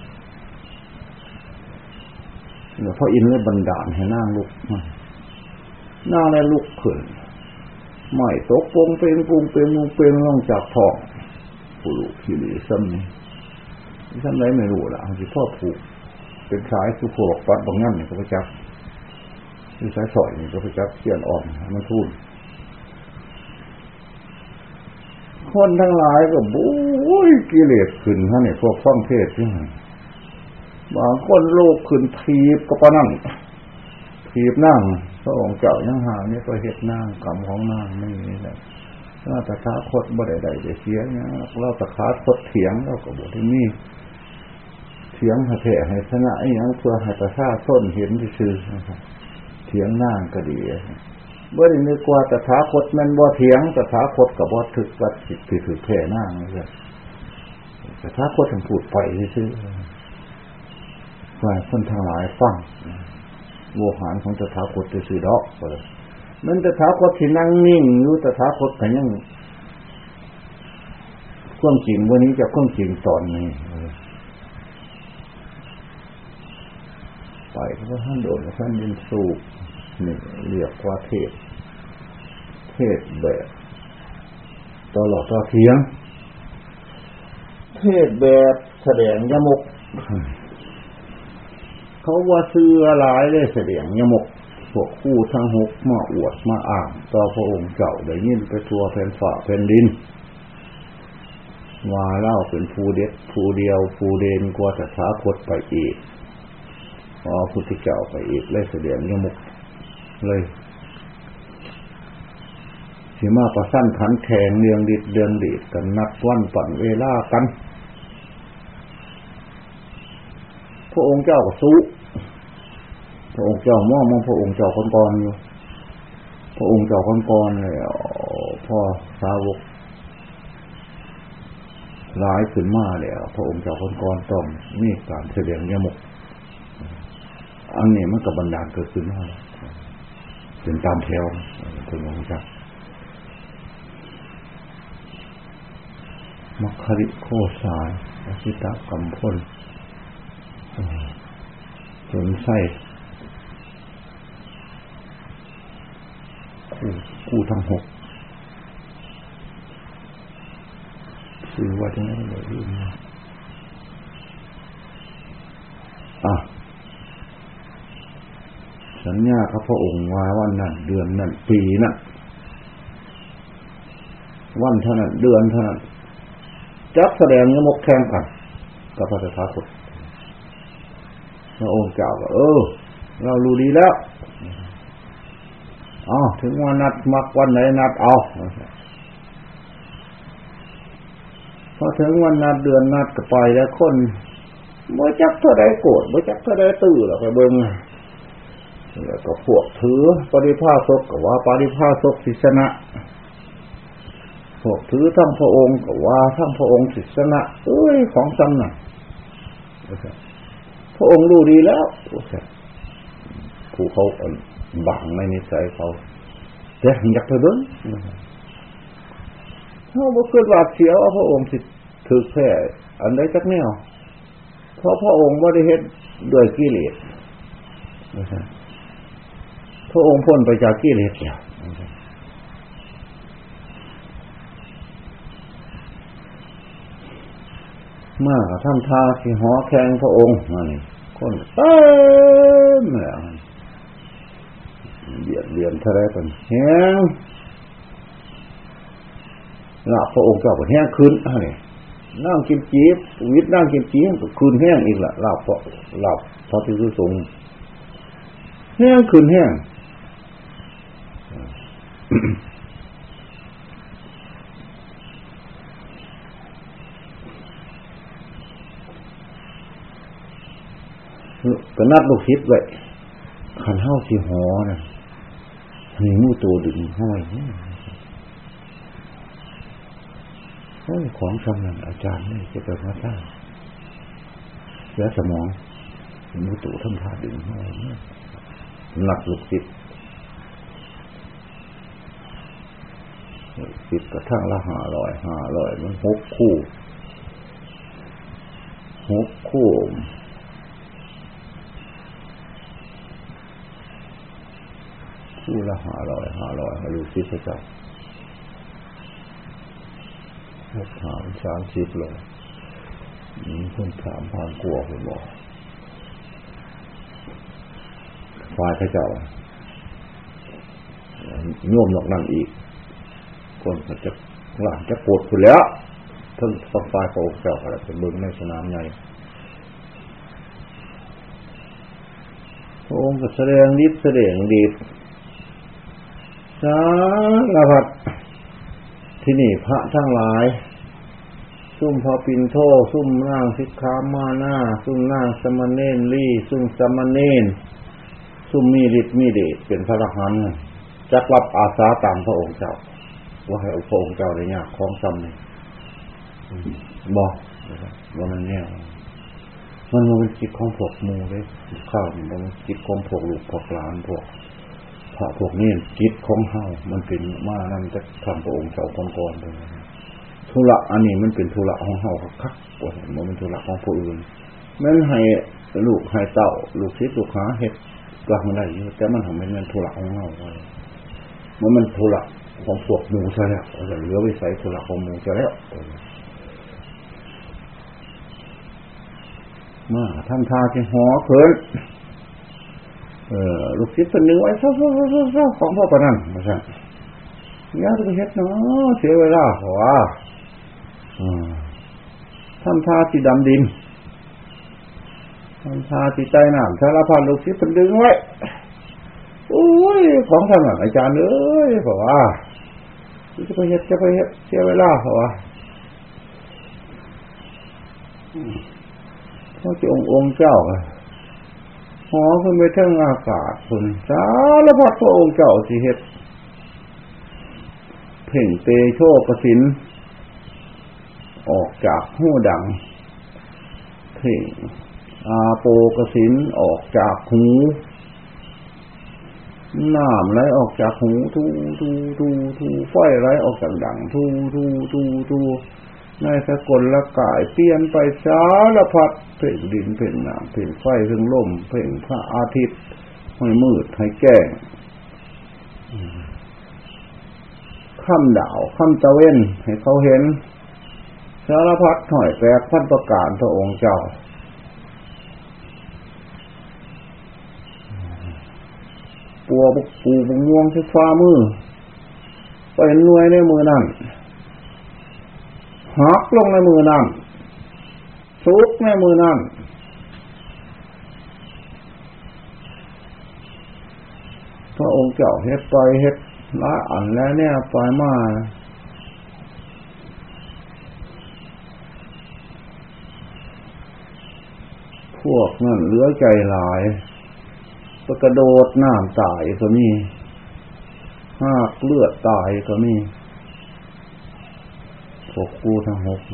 แล้วพระอินทร์เลยบันดาลให้นางลุกนางเลยลุกขึ้นไม่ตกปงเป็นปุงเป็นลงจากท้องผู้ลูกที่เหลือซ้ำนี่ซ้ำไรไม่รู้ละที่พ่อผูกเป็นสายสุโขกปัดบางงั้นนี่ก็ไปจับที่สายสอยนี่ก็ไปจับเสี้ยนอ่อนมันทุ่นคนทั้งหลายก็บู๊อ้ยกิเลสขึ้นฮะเนี่ยพวกฟังเทศนี่บางคนโลกขึ้นทีบก็ปะนั่งทีบนั่งพระองค์เจ้ายังหาเนี่ยก็เฮ็ดนั่งกรรมของนั่งไม่มีเลยเราตถาคตบ่ได้ได้เสียเนี่ยเราตถาคตเถียงเราก็บ่ได้มีเถียงให้แพ้ให้ชนะไอ้ยังเพื่อให้ประชาชนเห็นซื่อๆเถียงนั่งก็ดีบ่ได้นึกว่าตถาคตแม่นบ่เถียงตถาคตก็บ่ถึกว่าสิถือแพ้นั่งเลยตถาคตท่านพูดไปซื่อๆฝ่ายคนทั้งหลายฟังโวหารของตถาคตซื่อๆดอกมันตถาคตที่นั่งนิ่งอยู่ตถาคตก็ยังความจริงวันนี้จะความจริงตอนนี้ไปเพราะท่านโดดท่านยินสูบนี่เรียกว่าเทศแบบตลอดต่อเถียงเทศแบบแสดงยมกเขาว่าซื้อหลายเลยแสดงยมกพวกคู่ทั้งหกมาอวดมาอ้างต่อพระองค์เจ้าได้ยินไปทั่วแผ่นฟ้าแผ่นดินว่าเล่าเป็นผู้เด็ดผู้เดียวผู้เด่นกว่าตถาคตไปอีกพอพุทธเจ้าไปอีกเลยแสดงยมกเลยสิมาประสั้นขันแข่งเรื่องดิดเดืองดีดกันนัดวันปั่นเวลากันพระองค์เจ้าก็สู้พระองค์เจ้ามองพระองค์เจ้าก่อนๆอยู่พระองค์เจ้าก่อนๆเลยพ่อสาวกหลายขึ้นมาแล้วพระองค์เจ้าก่อนๆต้องมีการแสดงยมกอันนี้มันก็บันดาลเกิดขึ้นมาเป็นตามแถวถึงองค์เจ้ามัคคริโคสายอสิตกัมพลจนไส้คู่ทั้งหกคือว่าที่นั่นเลยลืมสัญญากับพระองค์ว่าวันนั้นเดือนนั้นปีนั้นวันเท่านั้นเดือนเท่านั้นจับแสดงยมกแข่งกันกับพระตถาคตพระองค์เจ้าก็เรารู้ดีแล้วถึงวันนัดมักวันไหนนัดเอาพอถึงวันนัดเดือนนัดก็ไปแล้วคนบ่จักเท่าใดโกรธบ่จักเท่าใดตื้อแล้วไปเบิ่งแล้วก็พวกถือปริภาสกก็ว่าปริภาสกสิชนะพวกถือทั้งพระองค์ก็ว่าทั้งพระองค์สิชนะของซ้ำน่ะพระองค์รู้ดีแล้วผู้เขาบังในนิสัยเขาแต่อยากไปเบิ่งเขาบ่เกิดว่าเสียวพระองค์สิถือแพ้อันใดจักแนวเพราะพระองค์บ่ได้เฮ็ดด้วยกิเลสพระองค์พ้นไปจากกิเลสแล้วมาทำท่าสิหอแข่งพระองค์นี่คนเต็มแล้วเบียดเท่าไรกันแห้งลาพระองค์เจ้าก็แห้งขึ้นนี่นั่งกินจีบวิทย์นั่งกินจีบก็คืนแห้งอีกละลาพระภิกษุสงฆ์แห้งคืนแห้งก็นัดลูกศิษย์ไว้ขันเฮาสิหอน่ะมีงูตัวดึงห้อยของสำนักอาจารย์นี่จะเป็นพระเจ้าเสียสมองงูตัวทำท่าดึงห้อยหลักลูกศิษย์ศิษย์กระทั่งละ500มัน6 คู่คู่ละ500ให้ลูกศิษย์เจ้าถาม30เลยคนถามผ่านกลัวคนบอกฝ่ายพระเจ้าโยมหลอกนั่งอีกคนจะหลังจะปวดคุณแล้วทั้งฝักฝ่ายพระองค์เจ้าอะไรเป็นเบิ่งในสนามใหญ่พระองค์ก็แสดงฤทธิ์แสดงเดชสารพัดที่นี่พระทั้งหลายซุ่มพอปินโทซุ่มนางสิกขามานาซุ่มนางสมณเณรลี่ซุ่มสมณเณรซุ่มมีฤทธิ์มีเดชเป็นพระอรหันต์จักรับอาสาตามพระองค์เจ้าว่าให้พระองค์เจ้าได้ยากของซ้ำนี่บอกว่ามันเนี่ยมันเป็นจิตของพวกมูเลยข้าวมันจิตของพวกลูกพวกหลานพวกพระพวกนี้จิตของเฮามันเป็นมานั่นจะทำพระองค์เจ้าก่อนๆเลยธุระอันนี้มันเป็นธุระของเฮาคักกว่ามันเป็นธุระของผู้อื่นแม้นให้ลูกให้เต้าลูกศิษย์ลูกหาเฮ็ดก็ทำได้อยู่แต่มันทำเป็นธุระของเฮามันธุระของพวกหมู่ซะแล้วเหลือวิสัยธุระของหมู่ซะแล้วมาทำท่าที่หอเขินลูกศิษย์เป็นนึงไว้ซ้อของพ่อปนันมาสั่งย่าจะไปเฮ็ดเนาะเสียเวลาเพราะว่าทำท่าที่ดำดินทำท่าที่ใต้น้ำสารพัดลูกศิษย์เป็นดึงไว้โอ้ยของท่านอาจารย์เอ้ยเพราะว่าจะไปเฮ็ดเสียเวลาเพราะว่าพระองค์เจ้าหอขึ้นไปทั้งอากาศคนสารพัดพระองค์เจ้าสิเฮ็ดเพ่งเตโชกสินออกจากหูดังเพ่งอาโปกสินออกจากหูน้ำไหลออกจากหูทูไฟไหลออกจากดังทูในสกลละกายเปลี่ยนไปสารพัดเพ่งดินเพ่งน้ำเพ่งไฟเพ่งลมเพ่งพระอาทิตย์ให้มืดให้แจ้งค่ำดาวค่ำตะเว้นให้เขาเห็นสารพัดหน่อยแปลกพันประการพระองค์เจ้าปัวปูบงวงที่ฟ้ามือไปหน่วยในมือนั่นหักลงในมือนั่นซุกในมือนั่นพระองค์เจ้าเฮ็ดไปเฮ็ดละอันแล้วเนี่ยไปมาพวกนั่นเหลือใจหลายก็กระโดดน้ำตายก็มีหากเลือดตายก็มีพวกกูทั้งหก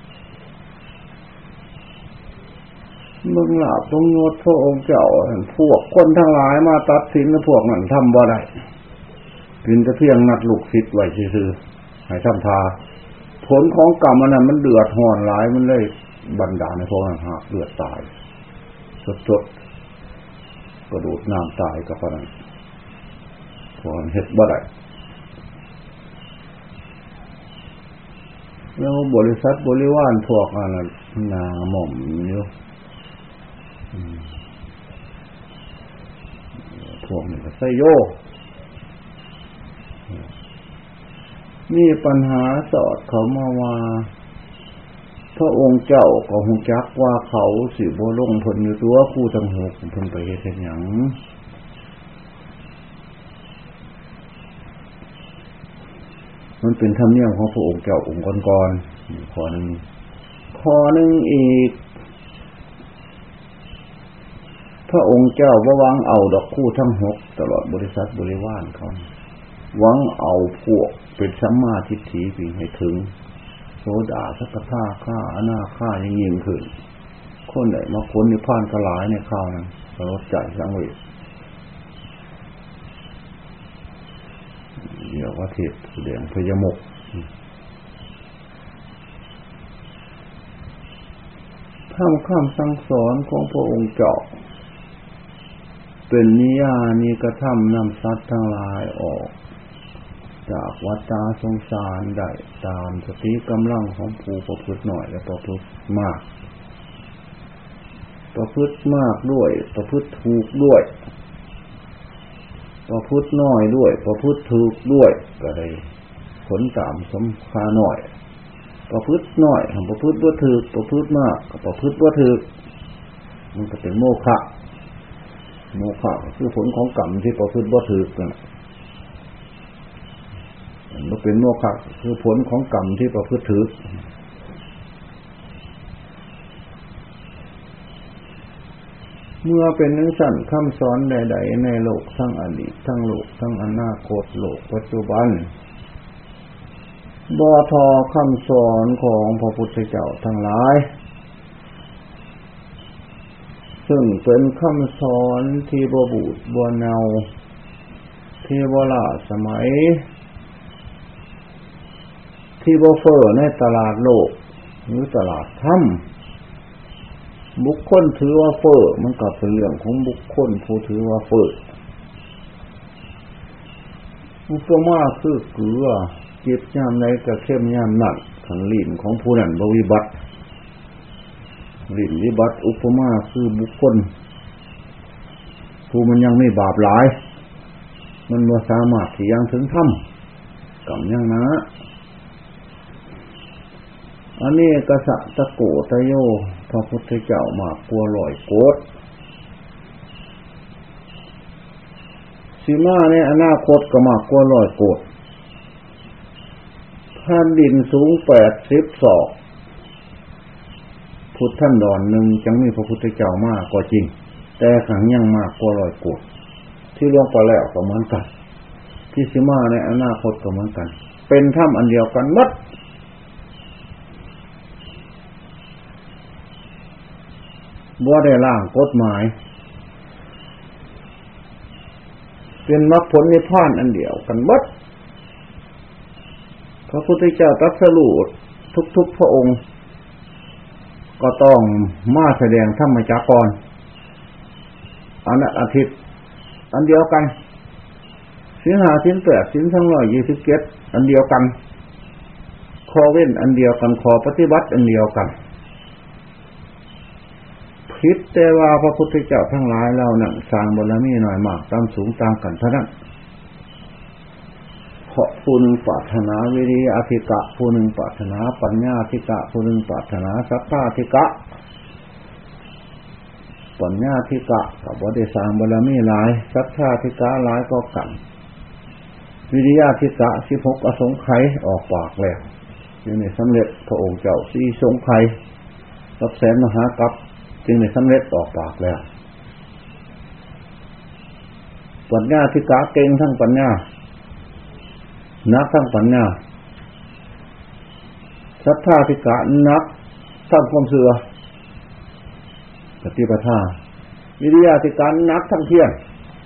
มึงหลับต้องงดพระองค์เจ้าพวกคนทั้งหลายมาตัดสินแล้วพวกนั้นทำบ่ได้กินแต่เพียงนัดลูกศิษย์ไว้ซื่อๆให้ทำทาผลของกรรมอันนั้นมันเดือดร้อนหลายมันเลยบันดาลให้พวกนั้นหากเลือดตายสดๆกระโดดน้ำตายกับพวกนั้นพวกนั้นเฮ็ดบ่ได้แล้วบริษัทบริวารพวกนั้นนาหม่อมอยู่พวกนี้ก็ไสโยมีปัญหาสอดเขามาว่าพระองค์เจ้าก็ฮู้จักว่าเขาสิบ่ลงเพิ่นอยู่ตัวคู่ทั้งหกเพิ่นไปเฮ็ดหยังมันเป็นธรรมเนียมของพระองค์เจ้าองค์ก่อนๆข้อนึงอีกพระองค์เจ้าบ่หวังเอาดอกคู่ทั้งหกตลอดบริษัทบริวารเขาหวังเอาพวกเป็นสัมมาทิฏฐิไปให้ถึงโสดาสักกะฆ่าอนาฆ่ายิ่งขึ้นคนไหนมาพ้นนิพพานก็หลายในข้าวนั้นลดใจสังเวชเดี๋ยวว่าเทศแสดงพยมกข้ามสั่งสอนของพระองค์เจ้าเป็นนิยานิกระทำนำสัตว์ทั้งหลายออกจากวัฏสงสารได้ตามสติกำลังของผู้ประพฤติหน่อยและประพฤติมากด้วยประพฤติถูกด้วยประพฤติน้อยด้วยประพฤติถูกด้วยก็ได้ผลตามสมค่าน้อยประพฤติน้อยประพฤติบ่ถูกประพฤติมากก็ประพฤติบ่ถูกมันก็เป็นโมฆะโมฆะก็คือผลของกรรมที่ประพฤติบ่ถูกนั่นมันเป็นโมฆะคือผลของกรรมที่ประพฤติถูกเมื่อเป็นนักสั่นคำสอนใดๆในโลกทั้งอดีตทั้งโลกทั้งอนาคตโลกปัจจุบันบ่ทอคำสอนของพระพุทธเจ้าทั้งหลายซึ่งเป็นคำสอนที่บ่บูดบ่เน่าที่บ่ล้าสมัยที่บ่เฟ้อในตลาดโลกหรือตลาดธรรมบุคคลถือว่าเฟ้อมันก็เป็นเรื่องของบุคคลผู้ถือว่าเฟ้ออุปมาคือเกลือเก็บยามใดก็เข้มยามนั้นขันลิ้นของผู้นั้นบ่วิบัติลิ้นวิบัติอุปมาคือบุคคลผู้มันยังไม่บาปหลายมันบ่สามารถที่ยังถึงธรรมกรรมยังนะอันนี้กษัตริย์ตะโกตะโยพระพุทธเจ้ามากกว่า100 โกฏสิมาในอนาคตก็มากกว่า100 โกฏแผ่นดินสูง80 ศอกพุทธันดรหนึ่งจังมีพระพุทธเจ้ามากกว่าจริงแต่ขังยังมากกว่า100 โกฏที่ล่วงไปแล้วก็เหมือนกันที่สิมาในอนาคตก็เหมือนกันเป็นธรรมอันเดียวกันหมดบ่ได้ร่างกฎหมายเป็นมรรคผลนิพพานอันเดียวกันหมดพระพุทธเจ้าตรัสรู้ทุกๆพระองค์ก็ต้องมาแสดงธรรมจักรก่อนอาทิตย์อันเดียวกันศีล 5 ศีล 8 ศีล 227อันเดียวกันข้อเว้นอันเดียวกันข้อปฏิบัติอันเดียวกันคิดแต่ว่าพระพุทธเจ้าทั้งหลายเหล่านั้นสร้างบารมีน้อยมากตามสูงตามกันเท่านั้นเพราะผู้หนึ่งปรารถนาวิริยะธิกะผู้หนึ่งปรารถนาปัญญาธิกะผู้หนึ่งปรารถนาศรัทธาธิกะปัญญาธิกะกับบ่ได้สร้างบารมีหลายศรัทธาธิกะหลายก็กันวิริยะธิกะ16อสงไขยออกปากแล้วจึงได้สำเร็จพระองค์เจ้า4สงไขยรับแสนมหากัปจึงได้สำเร็จออกปากแล้วปัญญาธิกะเก่งทั้งปัญญานักทั้งปัญญาศรัทธาธิกะนักทั้งความเชื่อปฏิปทาวิริยะธิกะนักทั้งเพียร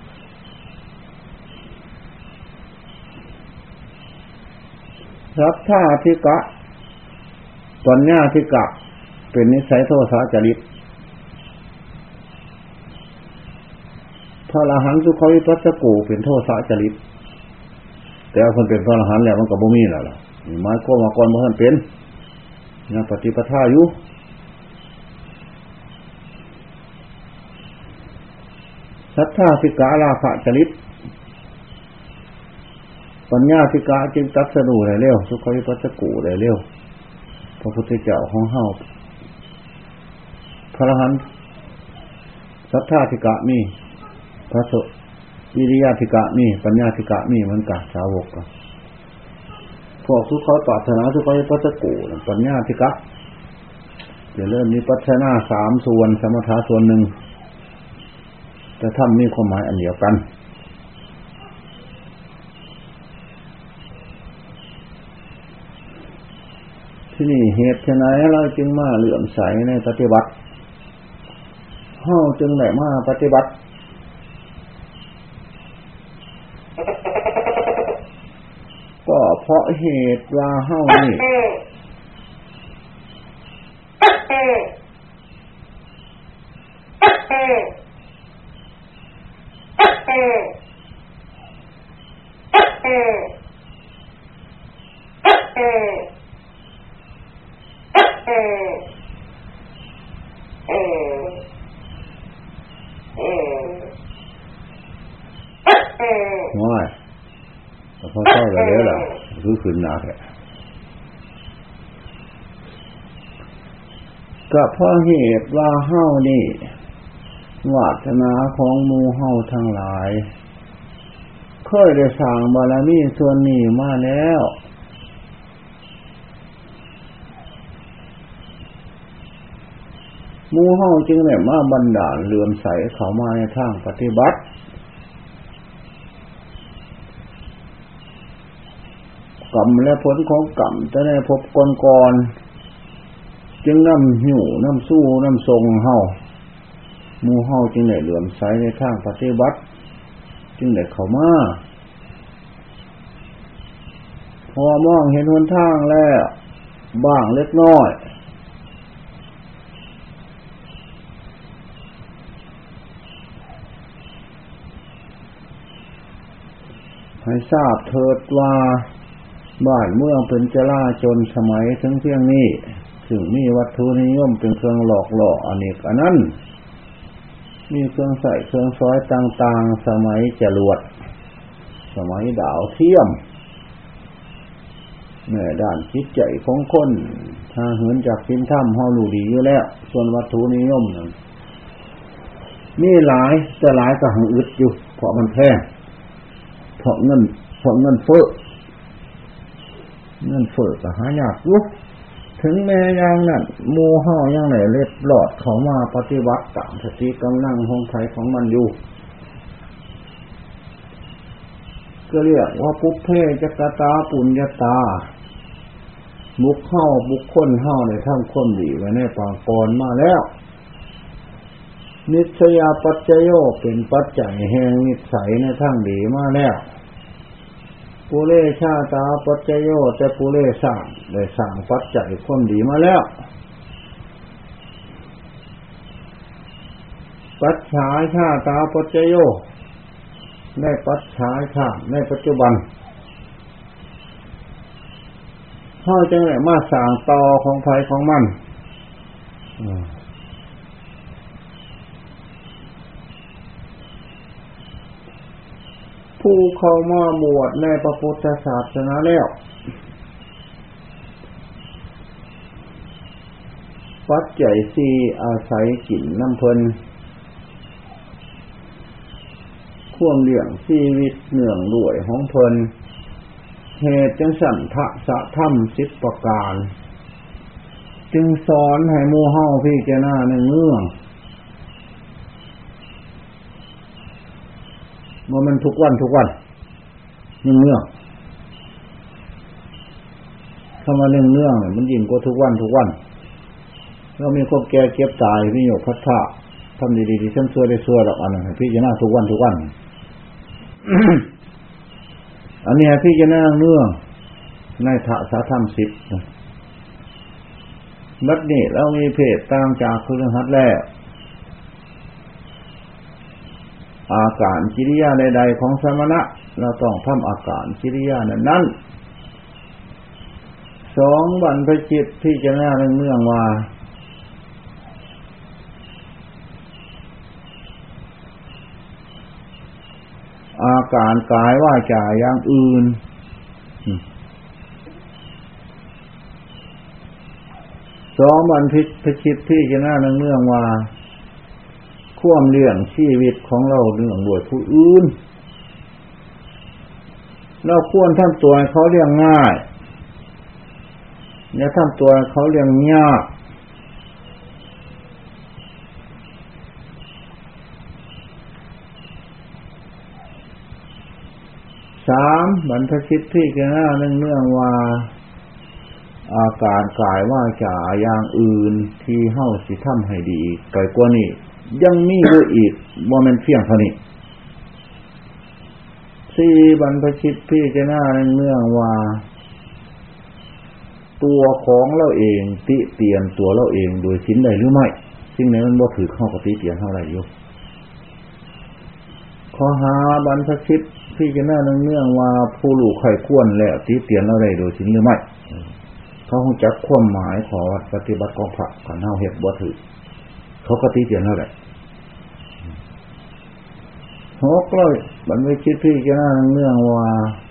ศรัทธาธิกะปัญญาธิกะเป็นนิสัยโทสะจริตพระอรหันต์สุขวิปัสสโกเป็นโทสะจริตแต่คนเป็นพระอรหันต์แล้วมันก็บ่มีแล้วล่ะหมายความว่าก่อนบ่ทันเป็นยังปฏิปทาอยู่ศรัทธาธิกะราคะจริตปัญญาธิกะจึงตรัสรู้ได้เร็วสุขวิปัสสโกได้เร็วพระพุทธเจ้าของเฮาพระอรหันต์ศรัทธาธิกะมีพระโสวิริยะธิกะมีปัญญาธิกะมีเหมือนกันสาวกก็พวกทุกเขาปรารถนาทุกเขาปัสสโกปัญญาธิกะจะเริ่มมีปัจฉนา3ส่วนสมถะส่วนหนึ่งแต่ถ้ามีความหมายอันเดียวกันที่นี่เหตุไฉนเราจึงมาเลื่อมใสในปฏิบัติเฮาจึงได้มาปฏิบัติก็เพราะเหตุว่าเฮานี่ว้ายพอเข้าไปแล้วล่ะคือขึ้นหนาแท้ก็เพราะเหตุว่าเฮานี่วาสนาของหมู่เฮาทั้งหลายเคยได้สร้างบารมีส่วนนี้มาแล้วหมู่เฮาจึงได้มาบันดาลเลื่อมใสเข้ามาในทางปฏิบัติกรรมและผลของกรรมจะได้พบก่อนจึงนำหิ้วนำสู้นำทรงเฮาหมู่เฮาจึงได้เลื่อมใสในทางปฏิบัติจึงได้เข้ามาพอมองเห็นหนทางแล้วบ้างเล็กน้อยให้ทราบเถิดว่าบ้านเมืองเป็นจลาจลสมัยถึงเพียงนี้ซึ่งมีวัตถุนิยมเป็นเครื่องหลอกล่ออเนกอนันต์มีเครื่องใส่เครื่องซ้อยต่างๆสมัยจรวดสมัยดาวเทียมแม่ด้านจิตใจของคนถ้าเหินจากศีลธรรมเฮารู้ดีอยู่แล้วส่วนวัตถุนิยมนั้นมีหลายแต่หลายก็หังอึดอยู่เพราะมันแพงเพราะเงินเฟ้อก็หายากอยู่ถึงแม้อย่างนั้นหมู่เฮายังได้เล็ดลอดเข้ามาปฏิบัติตามสติกำลังของไผของมันอยู่ก็เรียกว่าปุพเพจักตาปุญญาตาบุคคลเฮาได้ทำความดีไว้ในปางก่อนมาแล้วนิสัยปัจจโยเป็นปัจจัยแห่งนิสัยในทางดีมาแล้วปุเรชาตาปัจจโยแต่ปุเรสร้างได้สร้างปัจจัยความดีมาแล้วปัจฉาชาตาปัจจโยได้ปัจฉาชาในปัจจุบันเฮาจังได๋มาสร้างต่อของไผของมันผู้เข้ามาบวชในพระพุทธศาสนาแล้วปัจจัยสี่อาศัยกินน้ำเพิ่นความเลี้ยงชีวิตเนื่องด้วยของเพิ่นเหตุจังสันทะสะธรรม10ประการจึงสอนให้หมู่เฮาพิจารณาในเรื่องว่ามันทุกวันเรื่องคำว่าเรื่องมันยิ่งกว่าทุกวันเรามีความแก่เก็บตายมีโยกพัฒนาทำดีๆชั่วได้ชั่วหรอกอันนั้นพิจารณาทุกวัน อันนี้พิจารณาเรื่องในทะสะธรรม10บัดนี้เรามีเพศต่างจากคฤหัสถ์แล้วอาการกิริยาใดๆของสมณะเราต้องทำอาการกิริยานั้น2บรรพชิตพิจารณาเรื่องว่าอาการกายวาจาอย่างอื่น2บรรพชิตพิจารณาเรื่องว่าความเลี้ยงชีวิตของเราเรื่องด้วยผู้อื่นเราควรทำตัวให้เขาเลี้ยงง่ายอย่าทำตัวให้เขาเลี้ยงยาก3บรรพชิตพิจารณาเรื่องว่าอาการกายวาจาอย่างอื่นที่เฮาสิทำให้ดีไกลกว่านี้ยังมีด้วยอีกบ่แม่นเพียงเท่านี้4บรรพชิตพิจารณาเรื่องว่าตัวของเราเองติเตียนตัวเราเองโดยศีลใดหรือไม่สิ่งไหนมันบ่ถือเข้ากับติเตียนเท่าไหร่อยู่ข้อ5บรรพชิตพิจารณาเรื่องว่าผู้รู้ใครควรแล้วติเตียนเราได้โดยศีลหรือไม่เขาคงจักความหมายของปฏิบัติของพระกันเฮาเฮ็ดบ่ถือเขาก็ติเตียนเราได้6บรรพชิตพิจารณาเรื่องว่า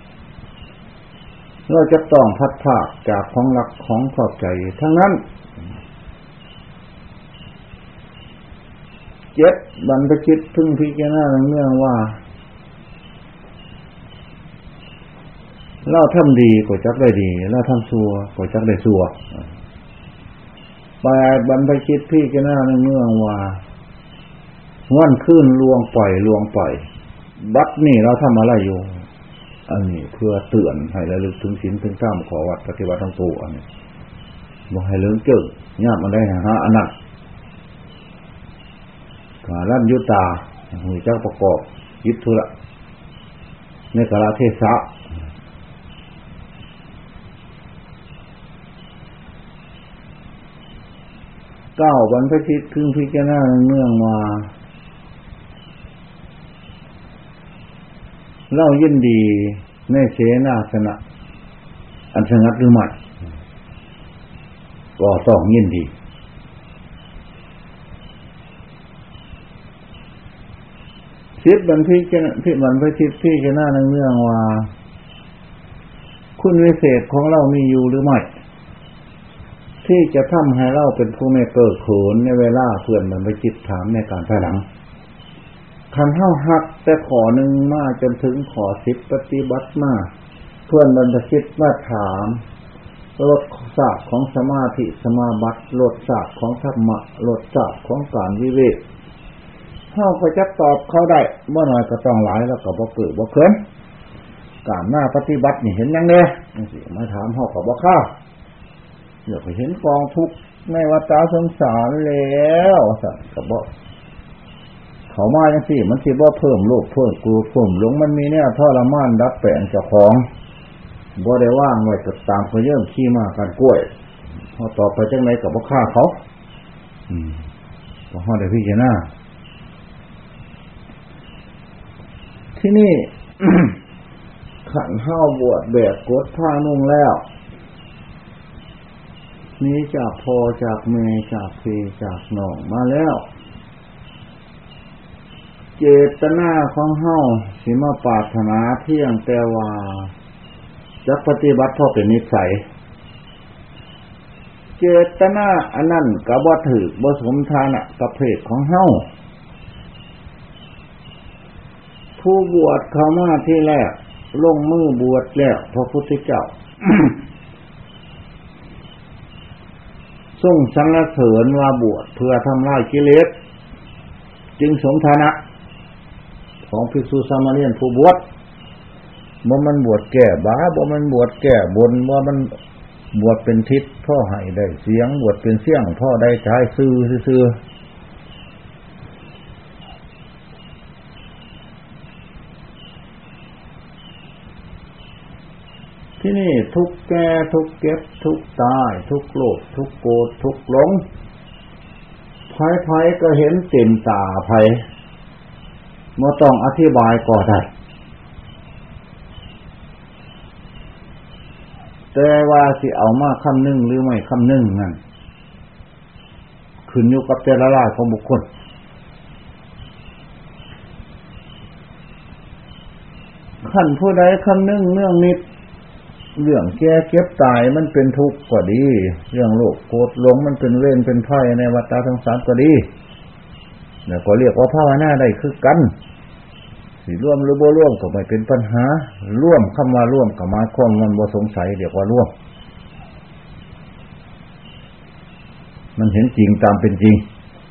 เราจะต้องพัดพรากจากของรักของชอบใจทั้งนั้น 7บรรพชิตพึงพิจารณาเนื่องว่าเราทำดีก็จักได้ดีเราทำชั่วก็จักได้ชั่ว8บรรพชิตพิจารณาเนื่องว่าวันคืนลวงปล่อยบัดนี้เราทำอะไรอยู่อันนี้เพื่อเตือนให้ระลึกถึงศีลถึงธรรมขอวัดปฏิบัติทั้งปวงอันนี้บ่ให้เลื่องเกิ่งย่ามมันได้หาอันนั้นลั่นยุตาหูจักประกอบยึดธุระในกาลเทศะ9บรรพชิตพึงพิจารณาเนื่องว่าเล่ายินดีในเสนาสนะอันสงัดหรือไม่ก็ต้องยินดี10บรรพชิตพิจารณาเนื่องว่าคุณวิเศษของเรามีอยู่หรือไม่ที่จะทำให้เราเป็นผู้ไม่เก้อเขินในเวลาเพื่อนบรรพชิตถามในการภายหลังคันเฮาฮักแต่ขอหนึ่งมาจนถึงขอ10ปฏิบัติมาเพื่อนบรรพชิตมาถามลดศาสตร์ของสมาธิสมาบัติลดศาสตร์ของธรรมะลดศาสตร์ของการวิเวกเฮาก็จะตอบเขาได้บ่น้อยก็ต้องหลายแล้วก็บ่เกิดบ่เขินการหน้าปฏิบัตินี่เห็นยังไงจังซี่มาถามเฮาก็บ่เข้าเดี๋ยวไปเห็นกองทุกข์ในวัฏสงสารแล้วซั่นก็บ่เขามาจังซี่มันสิบ่เพิ่มโลภเพิ่มโกรธเพิ่มหลงมันมีเนี่ยทรมานดับแปลงเจ้าของบ่ได้ว่างไว้ก็ตามเขาเยิ่มขี้มากันกล้วยพอต่อไปจังได๋ก็บ่ฆ่าเขาบ่ฮอดได้พิจารณาที่นี่ ขันเฮาบวชแบบกดผ้านุ่งแล้วนี้จากพ่อจากแม่จากพี่จากน้องมาแล้วเจตนาของเฮาสิมาปรารถนาเพียงแต่ว่าจะปฏิบัติพอเป็นนิสัยเจตนาอันนั้นก็บ่ถือบ่สมฐานะกับเพศของเฮาผู้บวชเข้ามาที่แรกลงมือบวชแล้วพระพุทธเจ้า ทรงสรรเสริญว่าบวชเพื่อทำลายกิเลสจึงสมฐานะของภิกษุสามเณรผู้บวชบ่มันบวชแก้บาปบ่มันบวชแก้บนว่ามันบวชเป็นทิศพ่อให้ได้เสียงบวชเป็นเสียงพ่อได้ใช้ซื่อที่นี่ทุกแก่ทุกเก็บทุกตายทุกโลภทุกโกรธทุกหลงไผก็เห็นเต็มตาไผบ่ต้องอธิบายก็ได้แต่ว่าสิเอามาคำนึงหรือไม่คำนึงนั่นขึ้นอยู่กับแต่ละรายของบุคคลขั้นผู้ใดคำนึงเรื่องนิดเรื่องแก่เก็บตายมันเป็นทุกข์ก็ดีเรื่องโลภโกรธหลงมันเป็นเวรเป็นภัยในวัฏสงสารก็ดีแล้วก็เรียกว่าภาวนาได้คือกันสิร่วมหรือบ่ร่วมก็ไม่เป็นปัญหาร่วมคำว่าร่วมก็หมายความมันบ่สงสัยเรียกว่าร่วมมันเห็นจริงตามเป็นจริง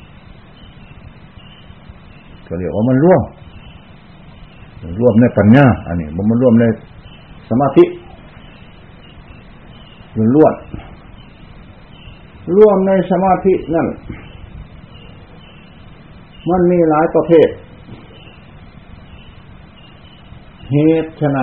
ก็เรียกว่ามันร่วมในปัญญาอันนี้มันร่วมในสมาธิร่วมในสมาธินั่นมันมีหลายประเภทเหตุไฉน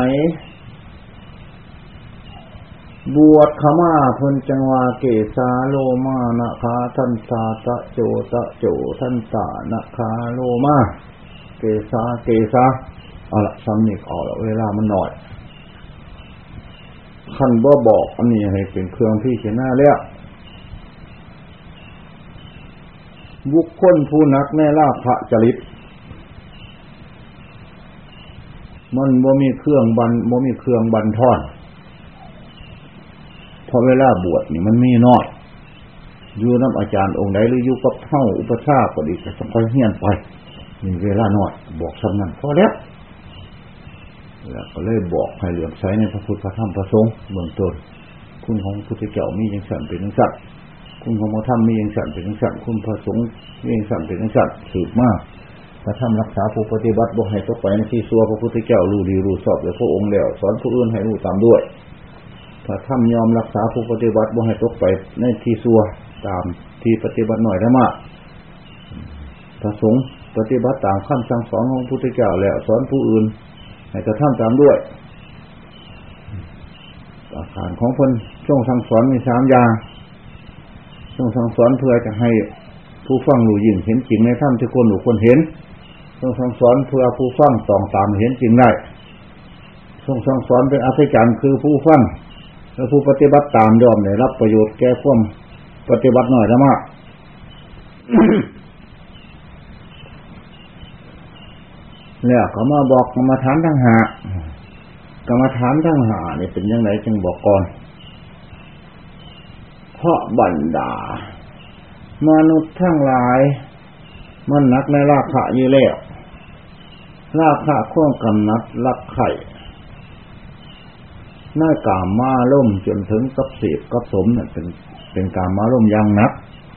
บวชเข้ามาเพิ่นจังว่าเกสาโลมานะคาทันตาตะโจทันตานะคาโลมาเกสาเอาละซ้ำนี่ออกแล้วเวลามันน้อยคันบ่บอกอันนี้ให้เป็นเครื่องพิจารณาแล้วบุคคลผู้นักในลาภจริตมันบ่มีเครื่องบันทอนเพราะเวลาบวชนี่มันมีน้อยอยู่น้ำอาจารย์องค์ใดหรืออยู่กับเฮ้าอุปชาก็ดีก็ต้องค่อยเฮียนไปมีเวลาน้อยบอกสำนักพอแล้วก็เลยบอกให้เหลื่อมใสในพระพุทธพระธรรมพระสงฆ์เบื้องต้นคุณของพระพุทธเจ้ามีอย่างสั่นเป็นอย่างสั่นคุณของพระธรรมมีอย่างสั่นเป็นอย่างสั่นคุณพระสงฆ์มีอย่างสั่นเป็นอย่างสั่นสืบมากพระธรรมรักษาผู้ปฏิบัติบ่ให้ตกไปในที่ชั่วพระพุทธเจ้ารู้ดีรู้ชอบด้วยพระองค์แล้วสอนผู้อื่นให้รู้ตามด้วยพระธรรมยอมรักษาผู้ปฏิบัติบ่ให้ตกไปในที่ชั่วตามที่ปฏิบัติหน่อยได้มากพระสงฆ์ปฏิบัติตามคำสั่งสอนของพระพุทธเจ้าแล้วสอนผู้อื่นให้กระทำตามด้วยอาการของคนช่วงสั่งสอนมี3อย่างช่วงสั่งสอนเพื่อจะให้ผู้ฟังรู้ยิ่งเห็นจริงในธรรมที่คนรู้คนเห็นช่วงสั่งสอนเพื่อผู้ฟังต้องตามเห็นจริงได้ช่วงสั่งสอนเป็นอัศจรรย์คือผู้ฟังและผู้ปฏิบัติตามยอมได้รับประโยชน์แก่ความปฏิบัติหน่อยนะมาก แล้วเขามาบอกกรรมฐานทั้ง5กรรมฐานทั้ง5นี่เป็นยังไงจึงบอกก่อนเพราะบรรดามนุษย์ทั้งหลายมันนักในราคะอยู่แล้วราคะข้องกำนัดรักใคร่ในกามมาล่มจนถึงกับเสพกับสมนั่นเป็นกามมาล่มอย่างนัก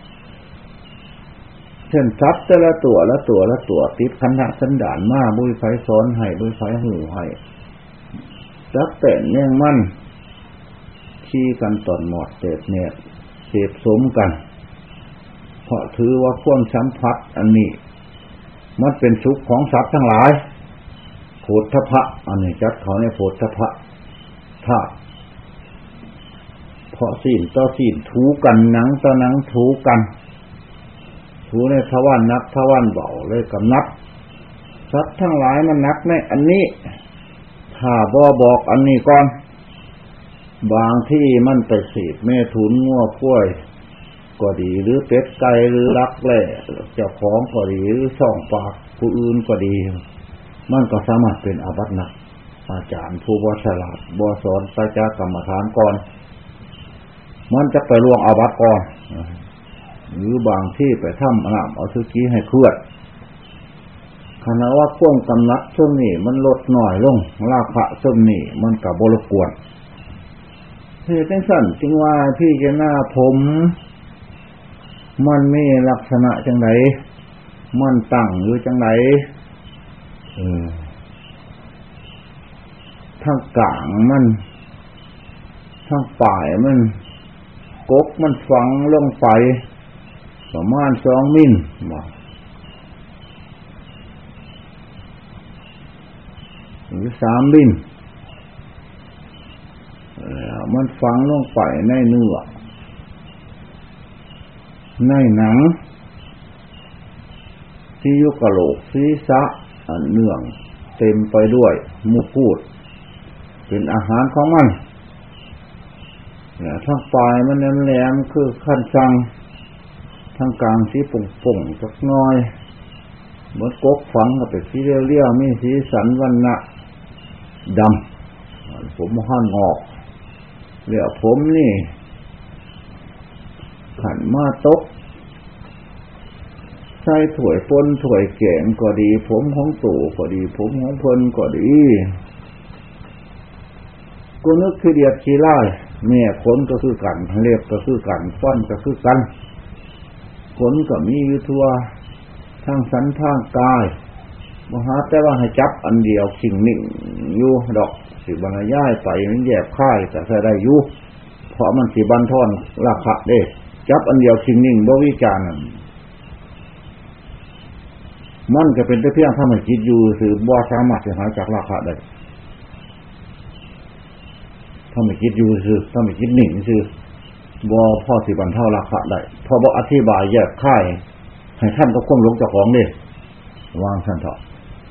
เช่นทรัพย์แต่ละตัวติดขันธ์สันดานมาบุญไฟสอนให้บุญไฟหูให้จักแต่นแย่งมั่นขี้กันตอนหมดเสพเนี่ยเสพสมกันเพราะถือว่าความสัมผัสอันนี้มันเป็นสุขของสัตว์ทั้งหลายโผฏฐัพพะอันนี้จัดเขาในโผฏฐัพพะถ้าเพราะศีลต่อศีลถูกันหนังต่อหนังถูกันถูในทวารนักทวารเบาเลยกำนับสัตว์ทั้งหลายมันนักในอันนี้ถ้าบ่บอกอันนี้ก่อนบางที่มันไปเสพเมถุนงัวข้วยก็ดีหรือเป็ดไก่หรือลักแหล่เจ้าของก็ดีหรือส่องปากผู้อื่นก็ดีมันก็สามารถเป็นอาบัติหนักอาจารย์ผู้บ่ฉลาดบ่สอนปัญญากรรมฐานก่อนมันจะไปล่วงอาบัติก่อนหรือบางที่ไปทำน้ำเอาสุกี้ให้เคลื่อนขณะว่าความกำนัดช่วงนี้มันลดหน่อยลงราคะช่วงนี้มันกับบรกวนเหตุจังสั่นจึงว่าพี่เจ้าหน้าผมมันมีลักษณะจังไหนมันตั้งอยู่จังไหนทั้งกลางมันทั้งปลายมันกกมันฝังลงไปประมาณ2 มิลหรือ3 มิลมันฝังลงไปในเนื้อในหนังที่ยุกะโหลกศีรษะเนื่องเต็มไปด้วยมุกูดเป็นอาหารของมันทั้งปลายมันแหลมๆคือขั้นสังทั้งกลางสีป่งๆสักน้อยเหมือนกกฝังก็เป็นสีเรียวๆมีสีสันวรรณะดำผมห้อนงอกเหลือผมนี่ขันมาตกใส่ถ้วยปนถ้วยแกงก็ดีผมของตู่ก็ดีผมของเพิ่นก็ดีกูนึกคือเดียดขี้ไล่แม่ขนก็คือกันเล็บก็คือกันฟันก็คือกันขนก็มีอยู่ทั่วทั้งสันทางกายมหาแต่ว่าให้จับอันเดียวขิงนิ่งอยู่ดอกสิบรรยายไปมันแยบค่ายแต่ใส่ได้อยู่เพราะมันสิบันทอนราคะเด้จับอันเดียวขิงนิ่งบ่วิจารณ์มันก็เป็นแต่เพียงทำให้จิตอยู่สืบบ่สามารถจะหายจากราคะได้ทำให้จิตอยู่สืบทำให้จิตนิ่งสืบบ่พอสิบันเทาราคะได้พอบ่อธิบายแยกค่ายให้ท่านก็ควบหลงเจ้าของเด้วางท่านเถอะ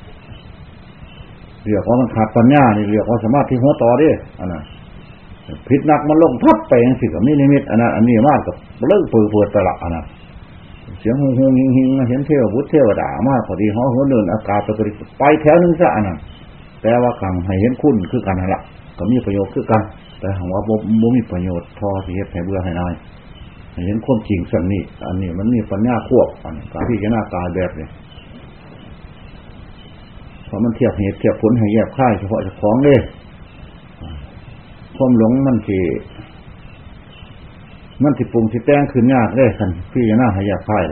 เรียกว่ามันขาดปัญญานี่เรียกว่าสมาธิหัวต่อเด้อันนั้นผิดนักมันลงทับไปจังซี่ก็มีนิมิตอันนั้นอันนี้มากก็เลิกเปิดตลักอันนั้นเสียงฮู้ๆหิงๆเห็นเทวบุตรเทวดามากพอดีฮ้อหัวเดินอากาศไปแถวนึงซะอันนั้นแต่ว่าขังให้เห็นคุณคือกันนั่นล่ะก็มีประโยชน์คือกันแต่หากว่าบ่มีประโยชน์พอสิเฮ็ดให้เบื่อให้นายเห็นความจริงสันนี่อันนี้มันมีปัญญาควบการพิจารณากายแบบนี้เพราะมันเทียบเหตุเทียบผลให้แยบค่ายเฉพาะเจ้าของเลยความหลงมันสิปรุงสิแต่งขึ้นยากเลยคันพิจารณาให้แยบค่าย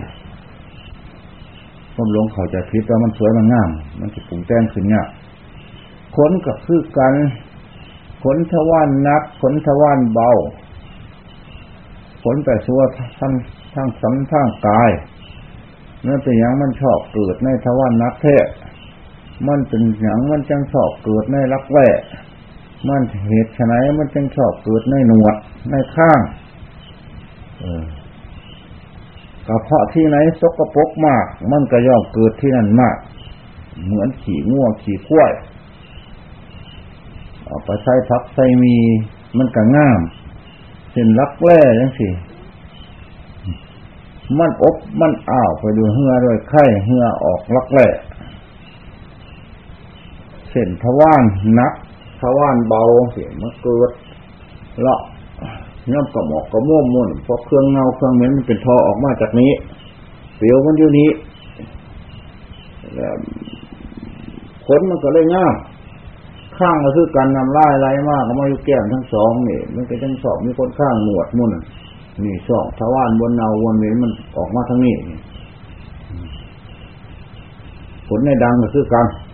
ความหลงเขาจะคิดว่ามันสวยมันงามมันสิปรุงแต่งขึ้นยากขนก็คือกันขนทวารหนักขนทวารเบาขนแต่ส่วนทั้งสันทั้งกายนั่นเป็นอย่างมันชอบเกิดในทวารหนักแท้มันเป็นอย่างมันจังชอบเกิดในรักแร้มันเหตุไฉนมันจังชอบเกิดในหนวดในข้างกระเพาะที่ไหนสกปรกมากมันก็ย่อมเกิดที่นั่นมากเหมือนขี้ง่วงขี้ข้วยเอาไปใส่พักใส่มีมันก็งามเช่นรักแร้จังซี่มันอบมันอ้าวไปดูเหือด้วยไข้เหือออกรักแร้เส้นทวารหนักทวารเบาเสียมันเกิดเลาะย่อมกระหมอกกระม่วมมุ่นเพราะเครื่องเงาเครื่องเหม็นมันเป็นทอออกมาจากนี้เปลวมันอยู่นี้ขนมันก็เลยง่ามข้างก็คือการนำลายไหลมากก็มาอยู่แก้มทั้งสองนี่มันก็จังสอบมีคนข้างหนวดมุ่นนี่สองทวารบนเนาวนเหม็นมันออกมาทั้งนี้ขนในดังก็คือกัน